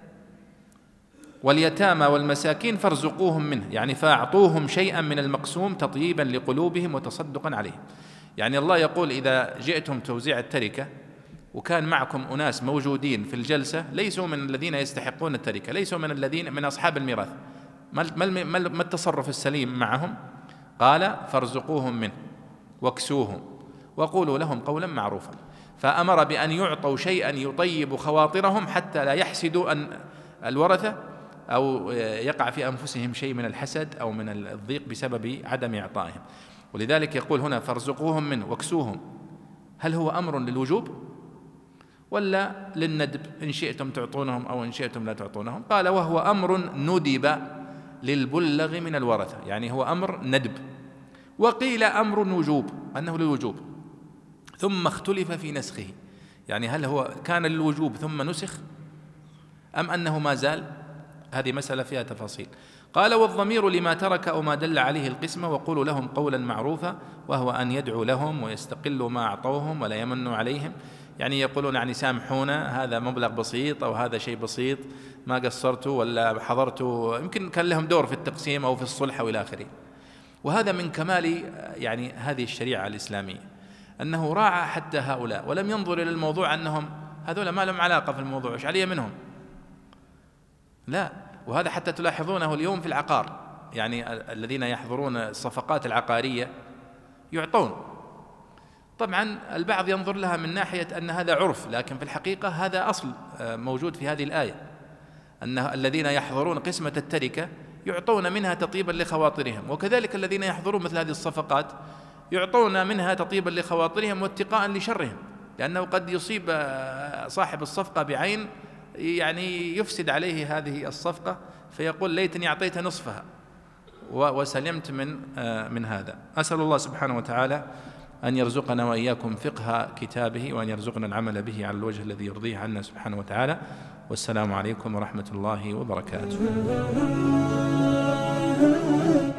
A: واليتامى والمساكين فارزقوهم منه، يعني فأعطوهم شيئا من المقسوم تطييبا لقلوبهم وتصدقا عليهم. يعني الله يقول إذا جئتم توزيع التركة وكان معكم أناس موجودين في الجلسة ليسوا من الذين يستحقون التركة، ليسوا من أصحاب الميراث، ما التصرف السليم معهم؟ قال فارزقوهم منه واكسوهم وقولوا لهم قولا معروفا. فأمر بأن يعطوا شيئا يطيب خواطرهم حتى لا يحسدوا أن الورثة أو يقع في أنفسهم شيء من الحسد أو من الضيق بسبب عدم إعطائهم. ولذلك يقول هنا فارزقوهم منه واكسوهم. هل هو أمر للوجوب ولا للندب؟ إن شئتم تعطونهم أو إن شئتم لا تعطونهم. قال وهو أمر ندب للبلغ من الورثة، يعني هو أمر ندب. وقيل أمر وجوب، أنه للوجوب ثم اختلف في نسخه، يعني هل هو كان للوجوب ثم نسخ أم أنه ما زال؟ هذه مسألة فيها تفاصيل. قال والضمير لما ترك أو ما دل عليه القسمة وقولوا لهم قولا معروفا، وهو أن يدعوا لهم ويستقلوا ما أعطوهم ولا يمنوا عليهم، يعني يقولون يعني سامحونا هذا مبلغ بسيط أو هذا شيء بسيط ما قصرتوا ولا حضرتوا، يمكن كان لهم دور في التقسيم أو في الصلح أو إلى آخره. وهذا من كمال يعني هذه الشريعة الإسلامية أنه راعى حتى هؤلاء ولم ينظر إلى الموضوع أنهم هذول ما لهم علاقة في الموضوع، إيش علي منهم؟ لا. وهذا حتى تلاحظونه اليوم في العقار، يعني الذين يحضرون الصفقات العقارية يعطون. طبعا البعض ينظر لها من ناحية أن هذا عرف، لكن في الحقيقة هذا أصل موجود في هذه الآية، أن الذين يحضرون قسمة التركة يعطون منها تطيبا لخواطرهم، وكذلك الذين يحضرون مثل هذه الصفقات يعطون منها تطيبا لخواطرهم واتقاء لشرهم، لأنه قد يصيب صاحب الصفقة بعين يعني يفسد عليه هذه الصفقة، فيقول ليتني أعطيت نصفها وسلمت من هذا. أسأل الله سبحانه وتعالى أن يرزقنا وإياكم فقه كتابه، وأن يرزقنا العمل به على الوجه الذي يرضيه عنا سبحانه وتعالى. والسلام عليكم ورحمة الله وبركاته.